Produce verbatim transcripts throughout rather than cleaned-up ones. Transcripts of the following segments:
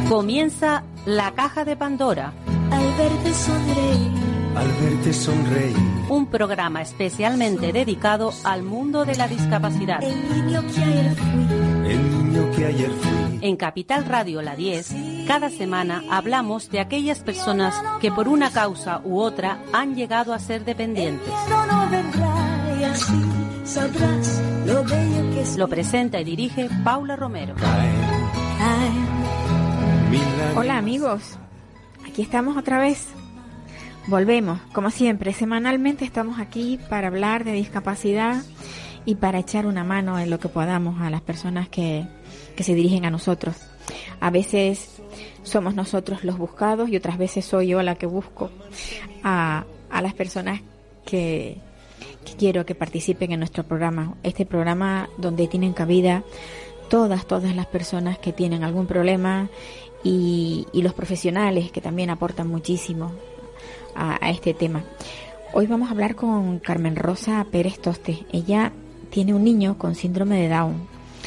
Comienza La Caja de Pandora. Al verte sonreír. Al verte sonreír. Un programa especialmente dedicado al mundo de la discapacidad. El niño que ayer fui. El niño que ayer fui. En Capital Radio La diez, cada semana hablamos de aquellas personas que por una causa u otra han llegado a ser dependientes. No, no vendrá y así sabrás lo bello que es. Lo presenta y dirige Paula Romero. Hola amigos, aquí estamos otra vez. Volvemos, como siempre, semanalmente estamos aquí para hablar de discapacidad y para echar una mano en lo que podamos a las personas que, que se dirigen a nosotros. A veces somos nosotros los buscados y otras veces soy yo la que busco a, a las personas que, que quiero que participen en nuestro programa. Este programa donde tienen cabida todas, todas las personas que tienen algún problema y, y los profesionales que también aportan muchísimo a, a este tema. Hoy vamos a hablar con Carmen Rosa Pérez Toste. Ella tiene un niño con síndrome de Down,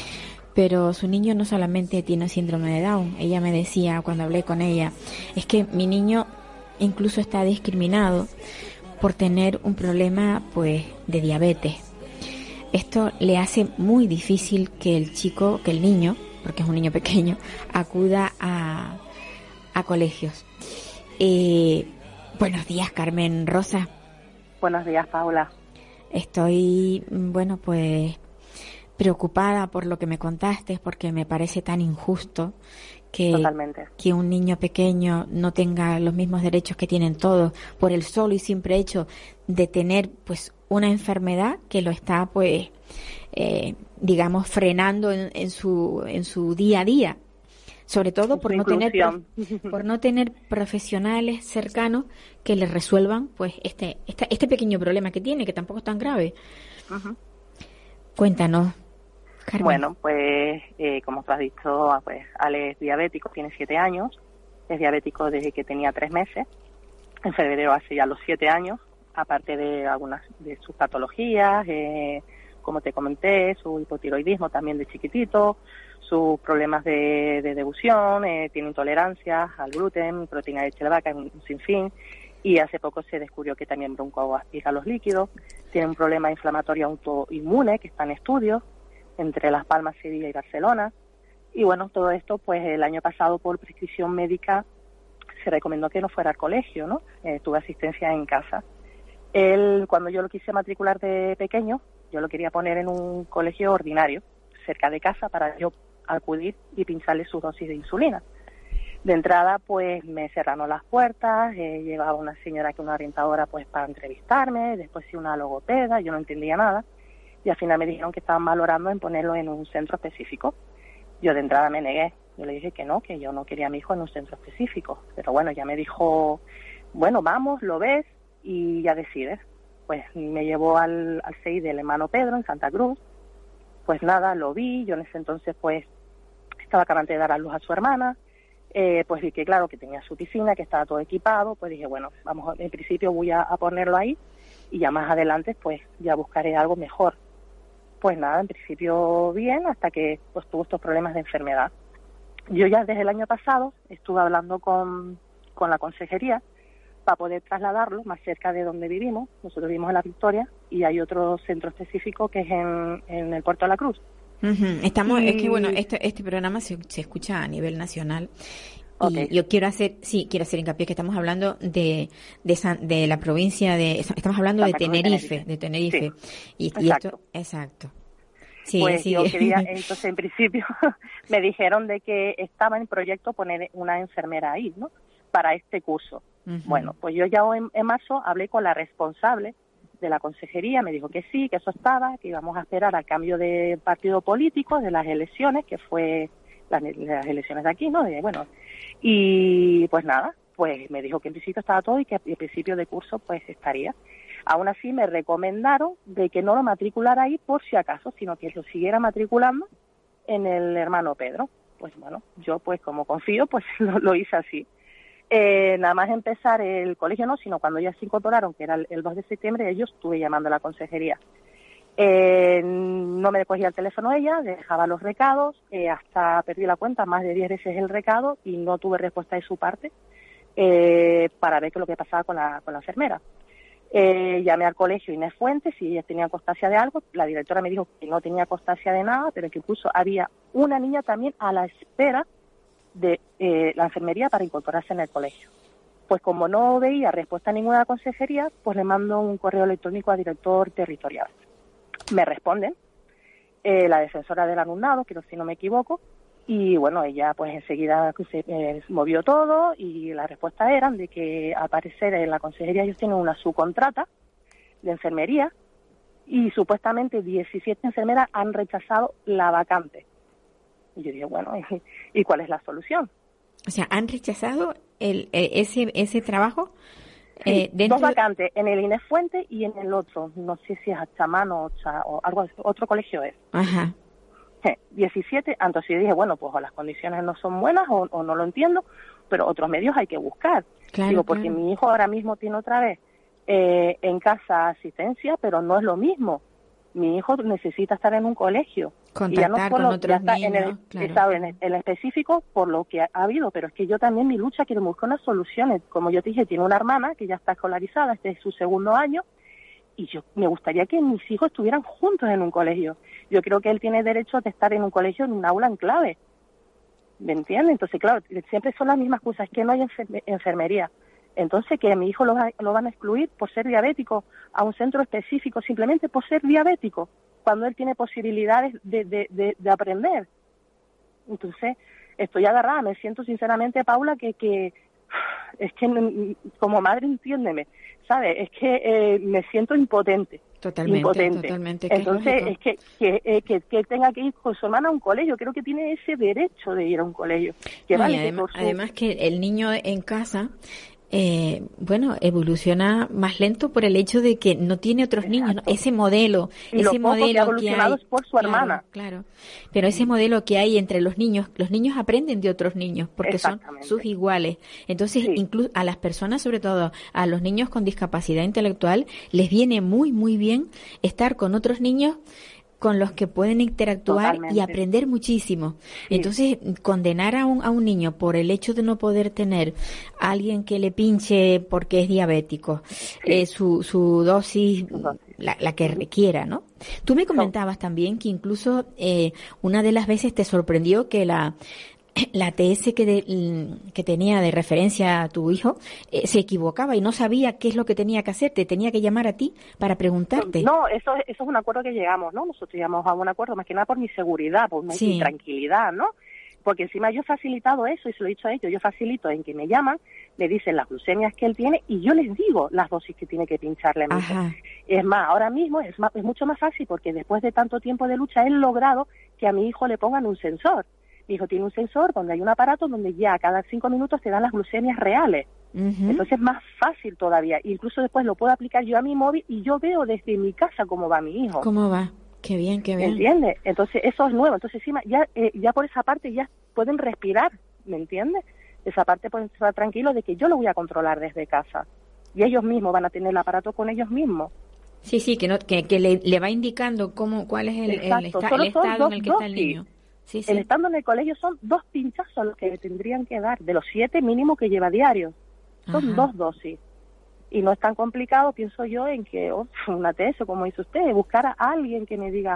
pero su niño no solamente tiene síndrome de Down. Ella me decía cuando hablé con ella, es que mi niño incluso está discriminado por tener un problema pues de diabetes. Esto le hace muy difícil que el chico, que el niño, porque es un niño pequeño, acuda a, a colegios. Eh, buenos días, Carmen Rosa. Buenos días, Paula. Estoy, bueno, pues preocupada por lo que me contaste, porque me parece tan injusto que, que un niño pequeño no tenga los mismos derechos que tienen todos por el solo y simple hecho de tener pues una enfermedad que lo está pues eh, digamos frenando en, en su en su día a día, sobre todo por no tener por no tener profesionales cercanos que le resuelvan pues este este, este pequeño problema que tiene, que tampoco es tan grave. Uh-huh. Cuéntanos, Carmen. Bueno, pues eh, como tú has dicho, pues Ale es diabético, tiene siete años, es diabético desde que tenía tres meses, en febrero hace ya los siete años, aparte de algunas de sus patologías, eh, como te comenté, su hipotiroidismo también de chiquitito, sus problemas de, de debución, eh, tiene intolerancias al gluten, proteína de leche de vaca, un sinfín, y hace poco se descubrió que también broncoaspira los líquidos, tiene un problema inflamatorio autoinmune que está en estudio entre Las Palmas, Sevilla y Barcelona, y bueno, todo esto pues el año pasado por prescripción médica se recomendó que no fuera al colegio, ¿no? Eh, tuve asistencia en casa. Él, cuando yo lo quise matricular de pequeño, yo lo quería poner en un colegio ordinario, cerca de casa, para yo acudir y pincharle su dosis de insulina. De entrada, pues, me cerraron las puertas, eh, llegaba una señora que una orientadora, pues, para entrevistarme, después sí una logopeda, yo no entendía nada, y al final me dijeron que estaban valorando en ponerlo en un centro específico. Yo de entrada me negué, yo le dije que no, que yo no quería a mi hijo en un centro específico, pero bueno, ya me dijo, bueno, vamos, lo ves, y ya decides. Pues me llevó al, al C I del hermano Pedro en Santa Cruz. Pues nada, lo vi, yo en ese entonces pues estaba acabando de dar a luz a su hermana, eh, pues vi que claro, que tenía su piscina, que estaba todo equipado, pues dije, bueno, vamos, en principio voy a, a ponerlo ahí y ya más adelante pues ya buscaré algo mejor. Pues nada, en principio bien, hasta que pues tuvo estos problemas de enfermedad. Yo ya desde el año pasado estuve hablando con, con la consejería para poder trasladarlo más cerca de donde vivimos. Nosotros vivimos en La Victoria y hay otro centro específico que es en, en el Puerto de la Cruz. Uh-huh. Estamos, y... es que bueno, este, este programa se, se escucha a nivel nacional. Okay. Y yo quiero hacer, sí, quiero hacer hincapié que estamos hablando de de, San, de la provincia de, estamos hablando de Tenerife, de Tenerife. De Tenerife. Sí. Y, y esto, exacto. Sí, pues sí. yo quería, entonces en principio me dijeron de que estaba en proyecto poner una enfermera ahí, ¿no? Para este curso. Uh-huh. Bueno, pues yo ya en, en marzo hablé con la responsable de la consejería, me dijo que sí, que eso estaba, que íbamos a esperar al cambio de partido político de las elecciones, que fue las, las elecciones de aquí, ¿no? Y bueno, y pues nada, pues me dijo que en principio estaba todo y que en principio de curso pues estaría. Aún así me recomendaron de que no lo matriculara ahí por si acaso, sino que lo siguiera matriculando en el hermano Pedro. Pues bueno, yo pues como confío, pues lo, lo hice así. Eh, nada más empezar el colegio no, sino cuando ya se incorporaron, que era el, el dos de septiembre, ellos estuve llamando a la consejería. Eh, no me cogía el teléfono ella, dejaba los recados, eh, hasta perdí la cuenta, más de diez veces el recado y no tuve respuesta de su parte eh, para ver qué es lo que pasaba con la, con la enfermera. Eh, llamé al colegio Inés Fuentes si ella tenía constancia de algo. La directora me dijo que no tenía constancia de nada, pero que incluso había una niña también a la espera de eh, la enfermería para incorporarse en el colegio. Pues como no veía respuesta ninguna de la consejería, pues le mando un correo electrónico al director territorial. Me responden, eh, la defensora del alumnado, que si no me equivoco, y bueno, ella pues enseguida se eh, movió todo y la respuesta era de que al parecer en la consejería ellos tienen una subcontrata de enfermería y supuestamente diecisiete enfermeras han rechazado la vacante. Y yo dije, bueno, ¿y, y cuál es la solución? O sea, ¿han rechazado el, eh, ese ese trabajo? Sí, eh, dentro... dos vacantes, en el Inés Fuente y en el otro, no sé si es Achamano o, Cha, o algo así, otro colegio es. Ajá. diecisiete, entonces yo dije, bueno, pues o las condiciones no son buenas o, o no lo entiendo, pero otros medios hay que buscar. Claro, Digo, porque claro. mi hijo ahora mismo tiene otra vez eh, en casa asistencia, pero no es lo mismo. Mi hijo necesita estar en un colegio. Contactar y ya no solo, con otros ya está niños, en el, claro. estaba en el, en el específico por lo que ha, ha habido, pero es que yo también mi lucha quiero buscar unas soluciones. Como yo te dije, tiene una hermana que ya está escolarizada, este es su segundo año, y yo me gustaría que mis hijos estuvieran juntos en un colegio. Yo creo que él tiene derecho de estar en un colegio, en un aula en clave. ¿Me entiendes? Entonces, claro, siempre son las mismas cosas, que no hay enfer- enfermería. Entonces, que a mi hijo lo, va, lo van a excluir por ser diabético a un centro específico, simplemente por ser diabético, cuando él tiene posibilidades de, de, de, de aprender. Entonces, estoy agarrada, me siento sinceramente, Paula, que, que es que como madre, entiéndeme, ¿sabes? Es que eh, me siento impotente. Totalmente, impotente. totalmente. Que Entonces, es, es que que, eh, que que tenga que ir con su hermana a un colegio, creo que tiene ese derecho de ir a un colegio. Que no, vale, y que además, por su... además que el niño en casa, eh, bueno, evoluciona más lento por el hecho de que no tiene otros Exacto. niños, ¿no? Ese modelo, y ese lo poco modelo que ha evolucionado que hay, es por su claro, hermana. Claro, pero ese modelo que hay entre los niños, los niños aprenden de otros niños porque son sus iguales. Entonces, Sí. incluso a las personas, sobre todo a los niños con discapacidad intelectual, les viene muy, muy bien estar con otros niños con los que pueden interactuar Totalmente. y aprender muchísimo. Sí. Entonces, condenar a un, a un niño por el hecho de no poder tener a alguien que le pinche porque es diabético, Sí. eh, su, su dosis, dosis. la, la que requiera, ¿no? Tú me comentabas también que incluso eh, una de las veces te sorprendió que la la T S que, de, que tenía de referencia a tu hijo eh, se equivocaba y no sabía qué es lo que tenía que hacer, te tenía que llamar a ti para preguntarte. No, eso, eso es un acuerdo que llegamos, ¿no? Nosotros llegamos a un acuerdo más que nada por mi seguridad, por mi Sí. tranquilidad, ¿no? Porque encima yo he facilitado eso y se lo he dicho a ellos, yo facilito en que me llaman, me dicen las glucemias que él tiene y yo les digo las dosis que tiene que pincharle a mi hijo. Ajá. Es más, ahora mismo es, más, es mucho más fácil porque después de tanto tiempo de lucha he logrado que a mi hijo le pongan un sensor. Mi hijo tiene un sensor donde hay un aparato donde ya cada cinco minutos te dan las glucemias reales. Uh-huh. Entonces es más fácil todavía. Incluso después lo puedo aplicar yo a mi móvil y yo veo desde mi casa cómo va mi hijo. ¿Cómo va? Qué bien, qué bien. ¿Entiendes? Entonces eso es nuevo. Entonces encima ya, eh, ya por esa parte ya pueden respirar, ¿me entiendes? Esa parte pueden estar tranquilos de que yo lo voy a controlar desde casa. Y ellos mismos van a tener el aparato con ellos mismos. Sí, sí, que no, que, que le, le va indicando cómo, cuál es el, el, Exacto. esta- Solo el son estado dos en el que está el dosis. niño. Sí, sí. El estando en el colegio son dos pinchazos los que le tendrían que dar, de los siete mínimo que lleva diario. Son Ajá. dos dosis. Y no es tan complicado, pienso yo, en que oh, una T S, como dice usted, buscar a alguien que me diga,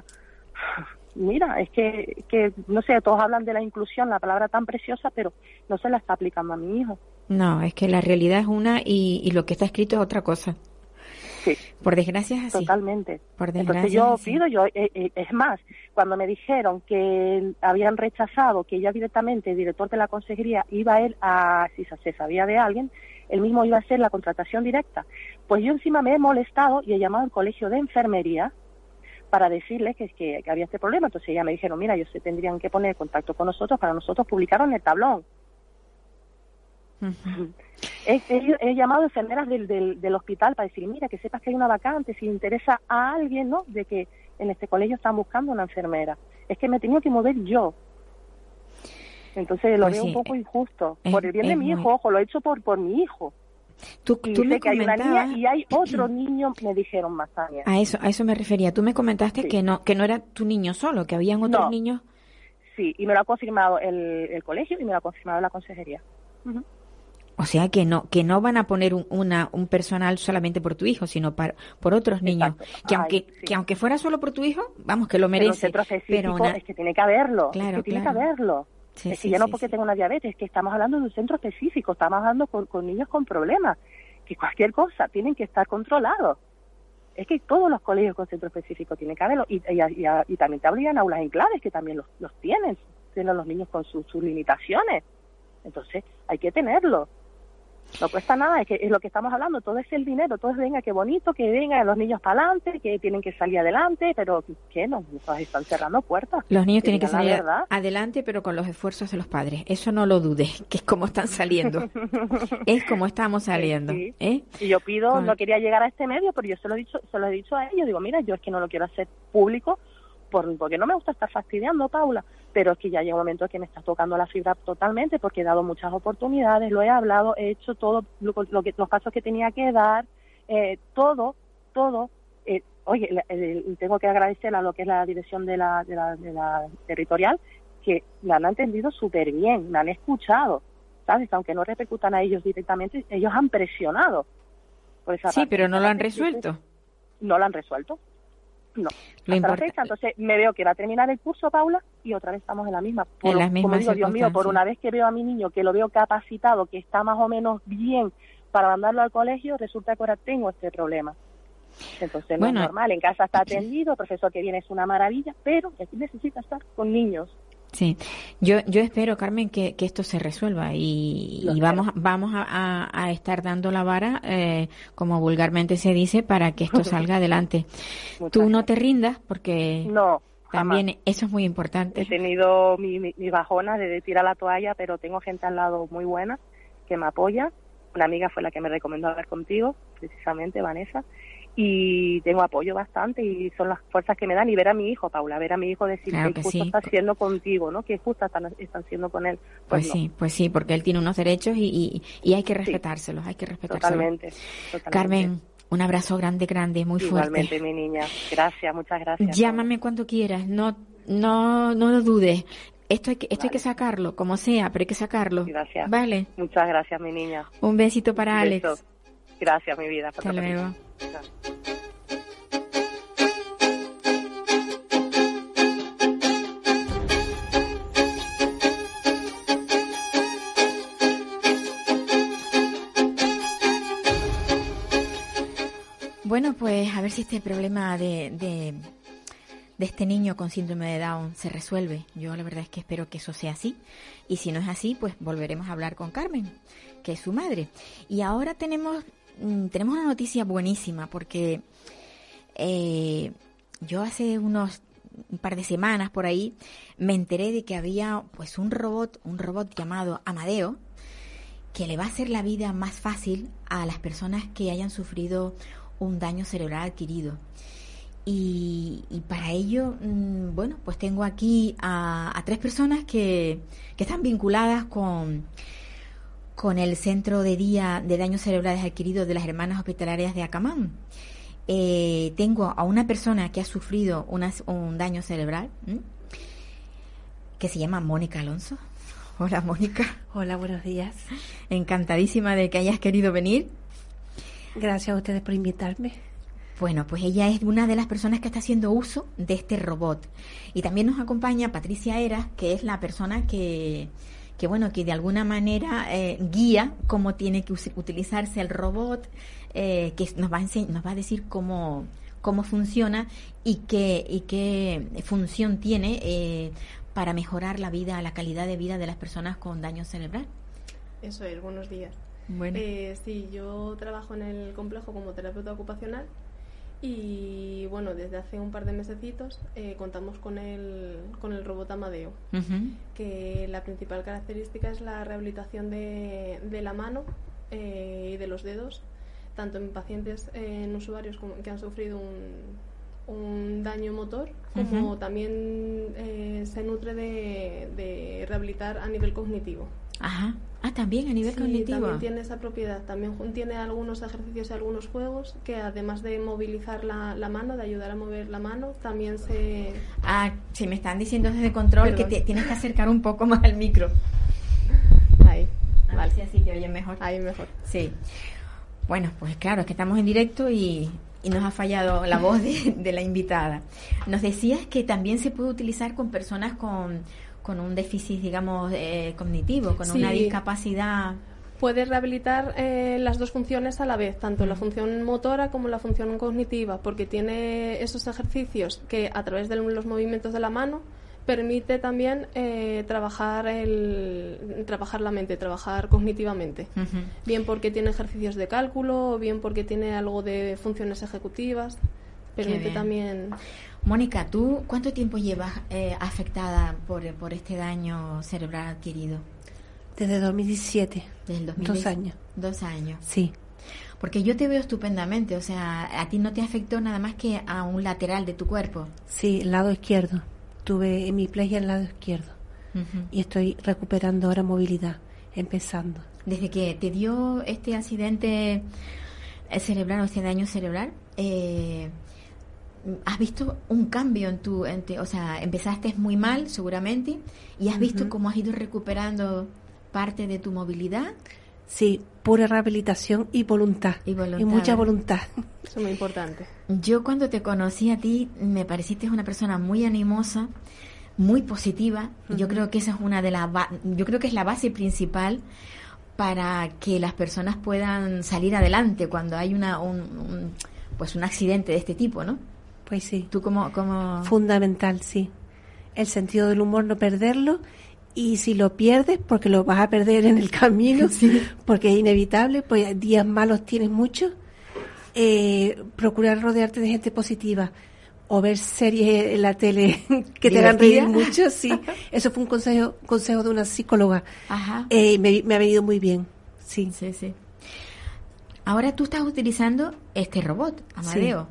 mira, es que, que, no sé, todos hablan de la inclusión, la palabra tan preciosa, pero no se la está aplicando a mi hijo. No, es que la realidad es una y, y lo que está escrito es otra cosa. Sí. Por desgracia es así. Totalmente. Por desgracia Entonces yo es así. pido, yo eh, eh, es más, cuando me dijeron que habían rechazado, que ya directamente el director de la consejería iba a él a, si se sabía de alguien, él mismo iba a hacer la contratación directa. Pues yo encima me he molestado y he llamado al colegio de enfermería para decirles que, que, que había este problema. Entonces ya me dijeron, mira, ellos se tendrían que poner en contacto con nosotros para nosotros publicar en el tablón. Uh-huh. He, he, he llamado a enfermeras del, del, del hospital para decir, mira, que sepas que hay una vacante, si interesa a alguien, ¿no?, de que en este colegio están buscando una enfermera. Es que me he tenido que mover yo. Entonces lo Pues veo sí, un poco injusto. es- Por el bien de es mi muy- hijo, ojo, lo he hecho por, por mi hijo. Tú, y tú sé me que hay una comentabas... niña y hay otro niño, me dijeron más años. A eso, a eso me refería. Tú me comentaste Sí. que no que no era tu niño solo, que habían otros No. niños. Sí, y me lo ha confirmado el, el colegio y me lo ha confirmado la consejería. Uh-huh. O sea que no que no van a poner un, una un personal solamente por tu hijo, sino para, por otros niños. Exacto. Que Ay, aunque sí. que aunque fuera solo por tu hijo, vamos, que lo Pero un merece. centro específico Pero una... es que tiene que haberlo, Claro, es que tiene claro. que haberlo. Sí, es que sí, ya no sí, porque sí. tengo una diabetes, es que estamos hablando de un centro específico, estamos hablando con, con niños con problemas, que cualquier cosa tienen que estar controlados. Es que todos los colegios con centro específico tienen que haberlo, y, y, y, y también te habrían aulas enclaves, que también los, los tienen, tienen los niños con su, sus limitaciones. Entonces, hay que tenerlo. No cuesta nada, es que es lo que estamos hablando, todo es el dinero, todo es venga, qué bonito, que vengan los niños para adelante, que tienen que salir adelante, pero ¿qué? Nos, nos están cerrando puertas. Los niños tienen que digan la salir verdad. adelante, pero con los esfuerzos de los padres. Eso no lo dudes, que es como están saliendo. Es como estamos saliendo. Sí. ¿eh? Y yo pido, Con- no quería llegar a este medio, pero yo se lo he dicho, se lo he dicho a ellos, digo, mira, yo es que no lo quiero hacer público, por, porque no me gusta estar fastidiando, Paula, pero es que ya llega un momento que me está tocando la fibra totalmente, porque he dado muchas oportunidades, lo he hablado, he hecho todo, lo, lo que, los pasos que tenía que dar, eh, todo, todo, eh, oye, la- el- tengo que agradecer a lo que es la dirección de la, de la, de la territorial, que me han entendido súper bien, me han escuchado, ¿sabes? Aunque no repercutan a ellos directamente, ellos han presionado por esa Sí, parte. pero no lo han Esa parte sí, resuelto. no lo han resuelto. No. Lo Hasta la importa- fecha, entonces me veo que va a terminar el curso, Paula, y otra vez estamos en la misma. Por, En las como mismas digo, Dios mío, por circunstancias. una vez que veo a mi niño, que lo veo capacitado, que está más o menos bien para mandarlo al colegio, resulta que ahora tengo este problema. Entonces no Bueno. es normal, en casa está atendido, el profesor que viene es una maravilla, pero aquí necesita estar con niños. Sí, yo yo espero, Carmen, que, que esto se resuelva y, Lo y vamos vamos a, a- a estar dando la vara, eh, como vulgarmente se dice, para que esto salga adelante. Muchas Tú no gracias. te rindas porque No, jamás. también eso es muy He importante. tenido mi, mi, mis bajonas de tirar la toalla, pero tengo gente al lado muy buena que me apoya. Una amiga fue la que me recomendó hablar contigo, precisamente, Vanessa. Y tengo apoyo bastante y son las fuerzas que me dan. Y ver a mi hijo, Paula, ver a mi hijo decir Claro que que justo sí. está haciendo contigo, ¿no? Que justo están, están haciendo con él. Pues Pues, no, sí, pues sí, porque él tiene unos derechos y, y, y hay que respetárselos, hay que respetárselos. totalmente, totalmente. Carmen, un abrazo grande, grande, muy Igualmente, fuerte. mi niña. Gracias, muchas gracias. Llámame cuando quieras, no no no lo dudes. Esto hay que esto hay que Vale. sacarlo, como sea, pero hay que sacarlo. Gracias. Vale. Muchas gracias, mi niña. Un besito para Un Alex. beso. Gracias, mi vida. Hasta luego. Chao. Bueno, pues a ver si este problema de, de, de este niño con síndrome de Down se resuelve. Yo la verdad es que espero que eso sea así. Y si no es así, pues volveremos a hablar con Carmen, que es su madre. Y ahora tenemos, mm, tenemos una noticia buenísima, porque eh, yo hace unos un par de semanas por ahí me enteré de que había pues un robot, un robot llamado Amadeo, que le va a hacer la vida más fácil a las personas que hayan sufrido un daño cerebral adquirido. Y, y para ello, mmm, bueno, pues tengo aquí a, a tres personas que, que están vinculadas con, con el Centro de Día de Daños Cerebrales Adquiridos de las Hermanas Hospitalarias de Acamán. Eh, tengo a una persona que ha sufrido una, un daño cerebral, ¿m? que se llama Mónica Alonso. Hola, Mónica. Hola, buenos días. Encantadísima de que hayas querido venir. Gracias a ustedes por invitarme. Bueno, pues ella es una de las personas que está haciendo uso de este robot. Y también nos acompaña Patricia Eras, que es la persona que, que bueno, que de alguna manera eh, guía cómo tiene que us- utilizarse el robot, eh, que nos va a ense- nos va a decir cómo cómo funciona y qué y qué función tiene eh, para mejorar la vida, la calidad de vida de las personas con daño cerebral. Eso es, buenos días. Bueno. Eh, sí, yo trabajo en el complejo como terapeuta ocupacional y bueno, desde hace un par de mesecitos eh, contamos con el, con el robot Amadeo, Uh-huh. que la principal característica es la rehabilitación de, de la mano eh, y de los dedos, tanto en pacientes, eh, en usuarios como, que han sufrido un, un daño motor, como Uh-huh. también eh, se nutre de, de rehabilitar a nivel cognitivo. Ajá. Ah, también a nivel Sí, cognitivo. también tiene esa propiedad. También jun- tiene algunos ejercicios y algunos juegos que, además de movilizar la, la mano, de ayudar a mover la mano, también se... Ah, sí, me están diciendo desde control Perdón. que te tienes que acercar un poco más al micro. Ahí, A ver vale. si así te oye mejor. Ahí mejor. Sí. Bueno, pues claro, es que estamos en directo y, y nos ha fallado la voz de, de la invitada. Nos decías que también se puede utilizar con personas con, con un déficit, digamos, eh, cognitivo, con Sí. una discapacidad. Puede rehabilitar eh, las dos funciones a la vez, tanto la función motora como la función cognitiva, porque tiene esos ejercicios que, a través de los movimientos de la mano, permite también eh, trabajar el trabajar la mente, trabajar cognitivamente. Ujú. Bien porque tiene ejercicios de cálculo, o bien porque tiene algo de funciones ejecutivas. Permite bien. también... Mónica, ¿tú cuánto tiempo llevas eh, afectada por, por este daño cerebral adquirido? Desde dos mil diecisiete. Desde el dos mil Dos diez. años. Dos años. Sí. Porque yo te veo estupendamente, o sea, a ti no te afectó nada más que a un lateral de tu cuerpo. Sí, el lado izquierdo. Tuve hemiplegia el lado izquierdo. Ujú. Y estoy recuperando ahora movilidad, empezando. Desde que te dio este accidente eh, cerebral o este daño cerebral, eh, ¿has visto un cambio en tu, en te- o sea, empezaste muy mal seguramente y has visto Ujú. cómo has ido recuperando parte de tu movilidad? Sí, pura rehabilitación y voluntad. Y voluntad, Y mucha ¿verdad? voluntad. Eso es muy importante. Yo cuando te conocí a ti me pareciste una persona muy animosa, muy positiva. Y yo Ujú. creo que esa es una de las ba- yo creo que es la base principal para que las personas puedan salir adelante cuando hay una un, un- pues un accidente de este tipo, ¿no? Pues sí. Tú como como Fundamental, sí. El sentido del humor, no perderlo. Y si lo pierdes, porque lo vas a perder en el camino, porque es inevitable, pues días malos tienes muchos, eh, procurar rodearte de gente positiva o ver series en la tele que te hagan reír ¿Divertida? mucho, sí. Eso fue un consejo consejo de una psicóloga. Ajá. Eh, y me, me ha venido muy bien, sí. Sí, sí. Ahora tú estás utilizando este robot, Amadeo.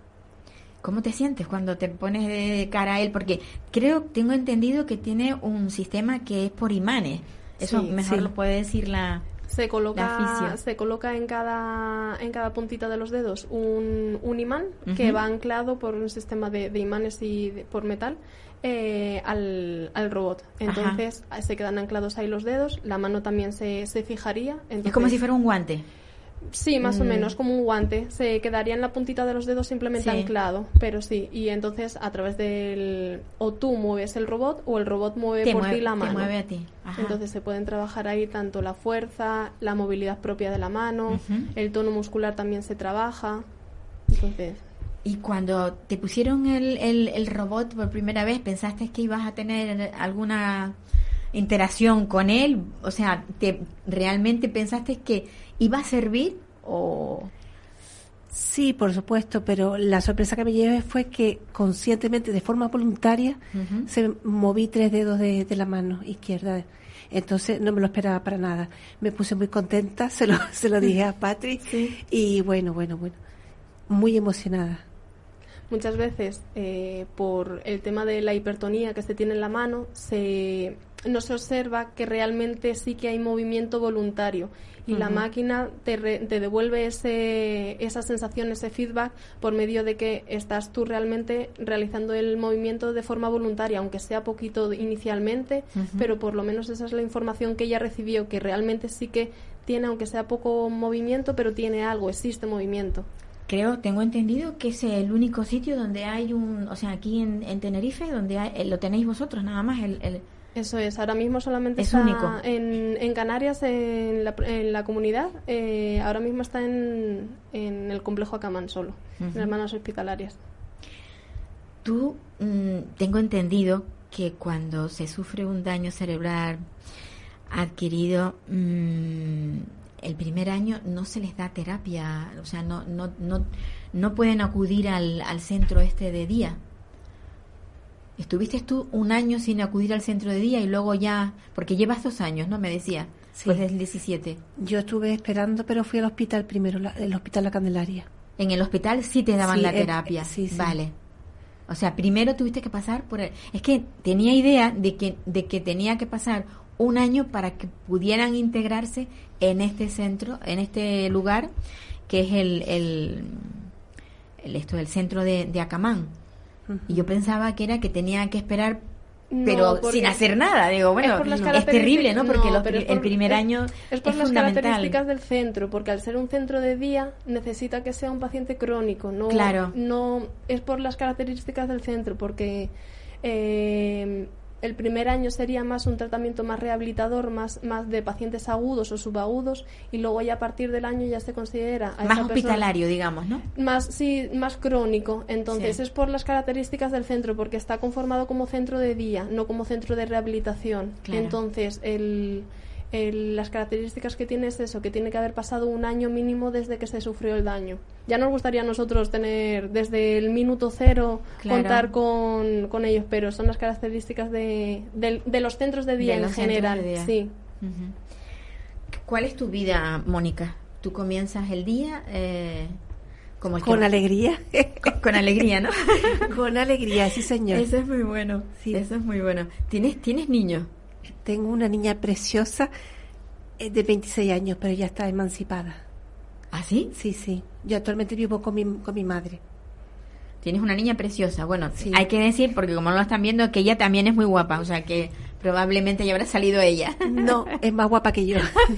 ¿Cómo te sientes cuando te pones de cara a él? Porque creo, tengo entendido que tiene un sistema que es por imanes. Eso Sí, mejor sí. lo puede decir la... Se La coloca, fisio. se coloca en cada, en cada puntita de los dedos un, un imán que Ujú. va anclado por un sistema de, de imanes y de- por metal eh, al, al robot. Entonces eh, se quedan anclados ahí los dedos, la mano también se, se fijaría. Entonces, Es como si fuera un guante. Sí, más o Mm. menos, como un guante. Se quedaría en la puntita de los dedos simplemente Sí. anclado, pero sí. Y entonces a través del... O tú mueves el robot o el robot mueve Te por mueve, ti la te mano. mueve a ti. Ajá. Entonces se pueden trabajar ahí tanto la fuerza, la movilidad propia de la mano, Ujú. el tono muscular también se trabaja. Entonces, Y cuando te pusieron el, el, el robot por primera vez, ¿pensaste que ibas a tener alguna interacción con él? O sea, ¿te realmente pensaste que iba a servir o...? Sí, por supuesto, pero la sorpresa que me llevé fue que conscientemente, de forma voluntaria, Ujú. se moví tres dedos de, de la mano izquierda. Entonces no me lo esperaba para nada. Me puse muy contenta, se lo, se lo dije a Patri. Y bueno, bueno, bueno, muy emocionada. muchas veces eh, por el tema de la hipertonía que se tiene en la mano, se, no se observa que realmente sí que hay movimiento voluntario y la Ujú. máquina te, re- te devuelve ese, esa sensación, ese feedback por medio de que estás tú realmente realizando el movimiento de forma voluntaria, aunque sea poquito inicialmente, Ujú. pero por lo menos esa es la información que ella recibió, que realmente sí que tiene, aunque sea poco movimiento, pero tiene algo, existe movimiento. Creo, tengo entendido que es el único sitio donde hay un, o sea, aquí en, en Tenerife, donde hay- eh, lo tenéis vosotros nada más, el, el Eso es, ahora mismo solamente Es está único. En, en Canarias, en la, en la comunidad, eh, ahora mismo está en, en el complejo Acamán solo, Ujú. en Hermanas Hospitalarias. Tú, mm, tengo entendido que cuando se sufre un daño cerebral adquirido, mm, el primer año no se les da terapia, o sea, no no no no pueden acudir al, al centro este de día. ¿Estuviste tú un año sin acudir al centro de día y luego ya, porque llevas dos años, ¿no? Me decía, Sí. pues desde el diecisiete. Yo estuve esperando, pero fui al hospital primero, la- el hospital La Candelaria. En el hospital sí te daban Sí, la eh, terapia. sí, sí. Vale. O sea, primero tuviste que pasar por el... Es que tenía idea de que de que tenía que pasar un año para que pudieran integrarse en este centro, en este lugar, que es el, el, el esto del centro de, de Acamán. Uh-huh. Y yo pensaba que era que tenían que esperar, pero no, sin hacer nada. Digo, bueno, es, es terrible, ¿no? Porque no, los, es por, el primer es, año es por es las fundamental. Características del centro, porque al ser un centro de día necesita que sea un paciente crónico. No, claro. No es por las características del centro, porque eh, el primer año sería más un tratamiento más rehabilitador, más más de pacientes agudos o subagudos, y luego ya a partir del año ya se considera a más esa hospitalario, persona, digamos, ¿no? Más sí, más crónico. Entonces sí. Es por las características del centro, porque está conformado como centro de día, no como centro de rehabilitación. Claro. Entonces el El, las características que tiene es eso, que tiene que haber pasado un año mínimo desde que se sufrió el daño. Ya nos gustaría a nosotros tener desde el minuto cero, claro, contar con, con ellos, pero son las características de, de, de los centros de día de en general. Día. Sí. Uh-huh. ¿Cuál es tu vida, Mónica? ¿Tú comienzas el día eh, como el con que... alegría? con, con alegría, ¿no? Con alegría, sí, señor. Eso es muy bueno. Sí. Eso es muy bueno. ¿Tienes, ¿tienes niños? Tengo una niña preciosa de veintiséis años, pero ya está emancipada. ¿Ah, sí? Sí, sí. Yo actualmente vivo con mi, con mi madre. Tienes una niña preciosa. Bueno, sí, hay que decir, porque como no lo están viendo, que ella también es muy guapa, o sea que probablemente ya habrá salido ella. No, es más guapa que yo.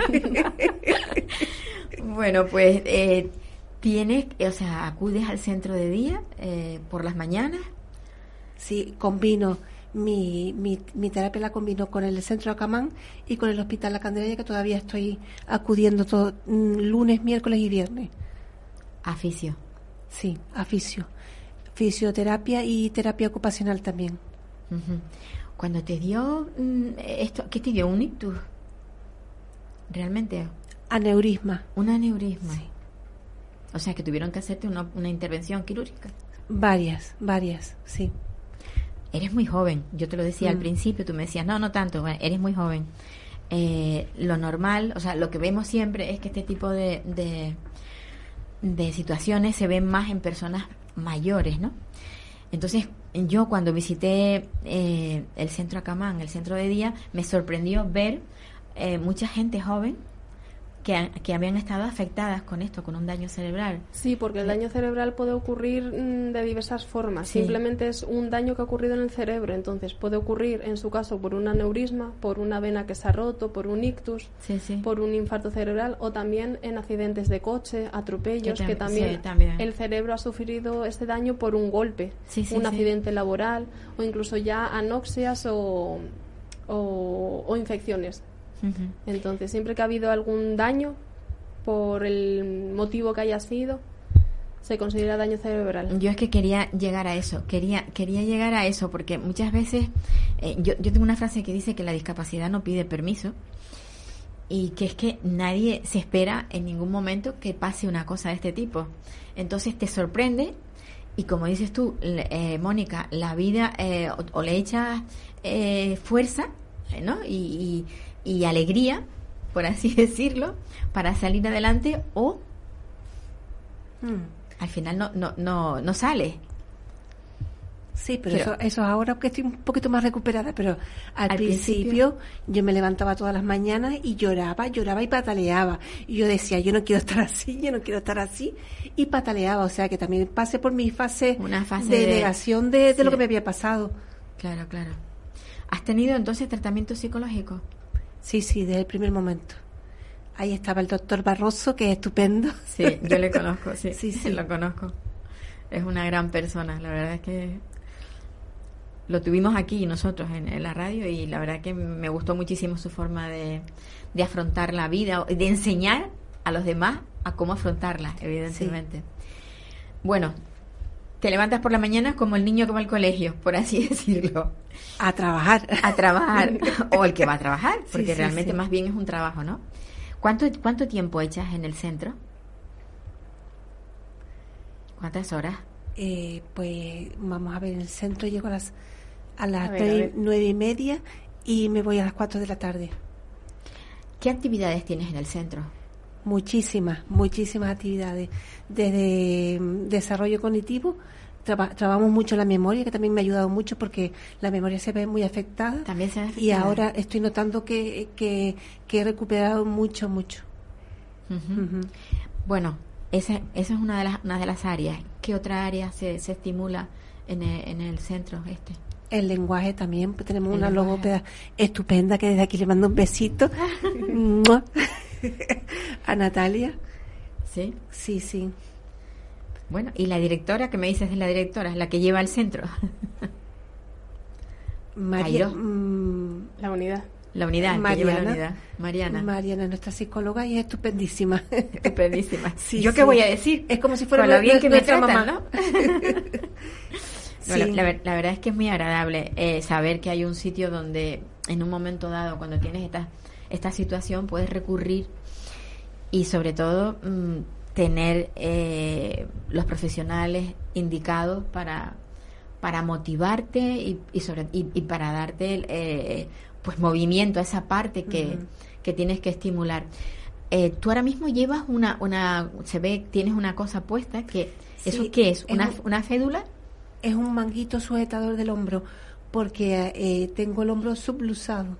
Bueno, pues eh, tienes, o sea, acudes al centro de día eh, por las mañanas. Sí, combino. Mi, mi, mi terapia la combino con el centro de Acamán y con el hospital La Candelaria, que todavía estoy acudiendo todo lunes, miércoles y viernes. ¿A fisio? Sí, a fisio. Fisioterapia y terapia ocupacional también. Uh-huh. Cuando te dio esto, ¿qué te dio? ¿Un ictus? ¿Realmente? Aneurisma. ¿Un aneurisma? Sí. O sea, que tuvieron que hacerte una, una intervención quirúrgica. Varias, varias, sí. Eres muy joven, yo te lo decía mm. al principio, tú me decías, no, no tanto, bueno, eres muy joven. Eh, lo normal, o sea, lo que vemos siempre es que este tipo de, de, de situaciones se ven más en personas mayores, ¿no? Entonces, yo cuando visité eh, el centro Acamán, el centro de día, me sorprendió ver eh, mucha gente joven que, que habían estado afectadas con esto, con un daño cerebral. Sí, porque el daño cerebral puede ocurrir mm, de diversas formas. Sí. Simplemente es un daño que ha ocurrido en el cerebro. Entonces puede ocurrir, en su caso, por un aneurisma, por una vena que se ha roto, por un ictus, sí, sí. por un infarto cerebral, o también en accidentes de coche, atropellos, que, tam- que también, sí, también el cerebro ha sufrido este daño por un golpe, sí, sí, un sí. accidente laboral, o incluso ya anoxias o, o, o infecciones. Uh-huh. Entonces, siempre que ha habido algún daño, por el motivo que haya sido, se considera daño cerebral. Yo es que quería llegar a eso, quería quería llegar a eso, porque muchas veces, eh, yo, yo tengo una frase que dice que la discapacidad no pide permiso, y que es que nadie se espera en ningún momento que pase una cosa de este tipo. Entonces te sorprende, y como dices tú, eh, Mónica, la vida eh, o, o le echas eh, fuerza, ¿no? y, y y alegría, por así decirlo, para salir adelante, o mm. al final no no no no sale. Sí, pero, pero eso, eso ahora que estoy un poquito más recuperada, pero al, al principio, principio yo me levantaba todas las mañanas y lloraba, lloraba y pataleaba. Y yo decía, yo no quiero estar así, yo no quiero estar así, y pataleaba. O sea, que también pasé por mi fase, Una fase de, de negación de, de sí. lo que me había pasado. Claro, claro. ¿Has tenido entonces tratamiento psicológico? Sí, sí, desde el primer momento. Ahí estaba el doctor Barroso, que es estupendo. Sí, yo le conozco, sí, sí, sí. lo conozco. Es una gran persona, la verdad es que lo tuvimos aquí nosotros en, en la radio, y la verdad que me gustó muchísimo su forma de, de afrontar la vida, de enseñar a los demás a cómo afrontarla, evidentemente. Sí. Bueno, te levantas por la mañana como el niño que va al colegio, por así decirlo. A trabajar. A trabajar. O el que va a trabajar, porque sí, sí, realmente sí. más bien es un trabajo, ¿no? ¿Cuánto, cuánto tiempo echas en el centro? ¿Cuántas horas? Eh, pues vamos a ver, en el centro llego a las a las a ver, nueve, a ver. nueve y media y me voy a las cuatro de la tarde. ¿Qué actividades tienes en el centro? Muchísimas, muchísimas actividades, desde desarrollo cognitivo traba, trabajamos mucho la memoria, que también me ha ayudado mucho porque la memoria se ve muy afectada. También se ve afectada. Y ahora estoy notando que, que, que he recuperado mucho, mucho. Uh-huh. Uh-huh. Bueno, esa, esa es una de las, una de las áreas. ¿Qué otra área se, se estimula en el, en el centro este? El lenguaje también, pues tenemos El una lenguaje. logopeda estupenda que desde aquí le mando un besito a Natalia. Sí. Sí, sí. Bueno, ¿y la directora? ¿Qué me dices de la directora? La que lleva el centro. María, Cairo. mm, La unidad. La unidad, que lleva la Mariana. unidad. Mariana. Mariana, nuestra psicóloga, y es estupendísima. Estupendísima. Sí, ¿Yo sí. qué voy a decir? Es como si fuera Con lo bien que me nuestra tratan, mamá. ¿no? No, Sí. la, la ver- la verdad es que es muy agradable eh, saber que hay un sitio donde en un momento dado, cuando tienes esta, esta situación, puedes recurrir y sobre todo mm, tener eh, los profesionales indicados para, para motivarte y, y, sobre, y, y para darte el, eh, pues movimiento a esa parte que, Ujú. que tienes que estimular. Eh, tú ahora mismo llevas una, una, se ve, tienes una cosa puesta que, Sí, ¿eso qué es? es ¿Una, un- una fédula? Es un manguito sujetador del hombro, porque eh, tengo el hombro sublusado.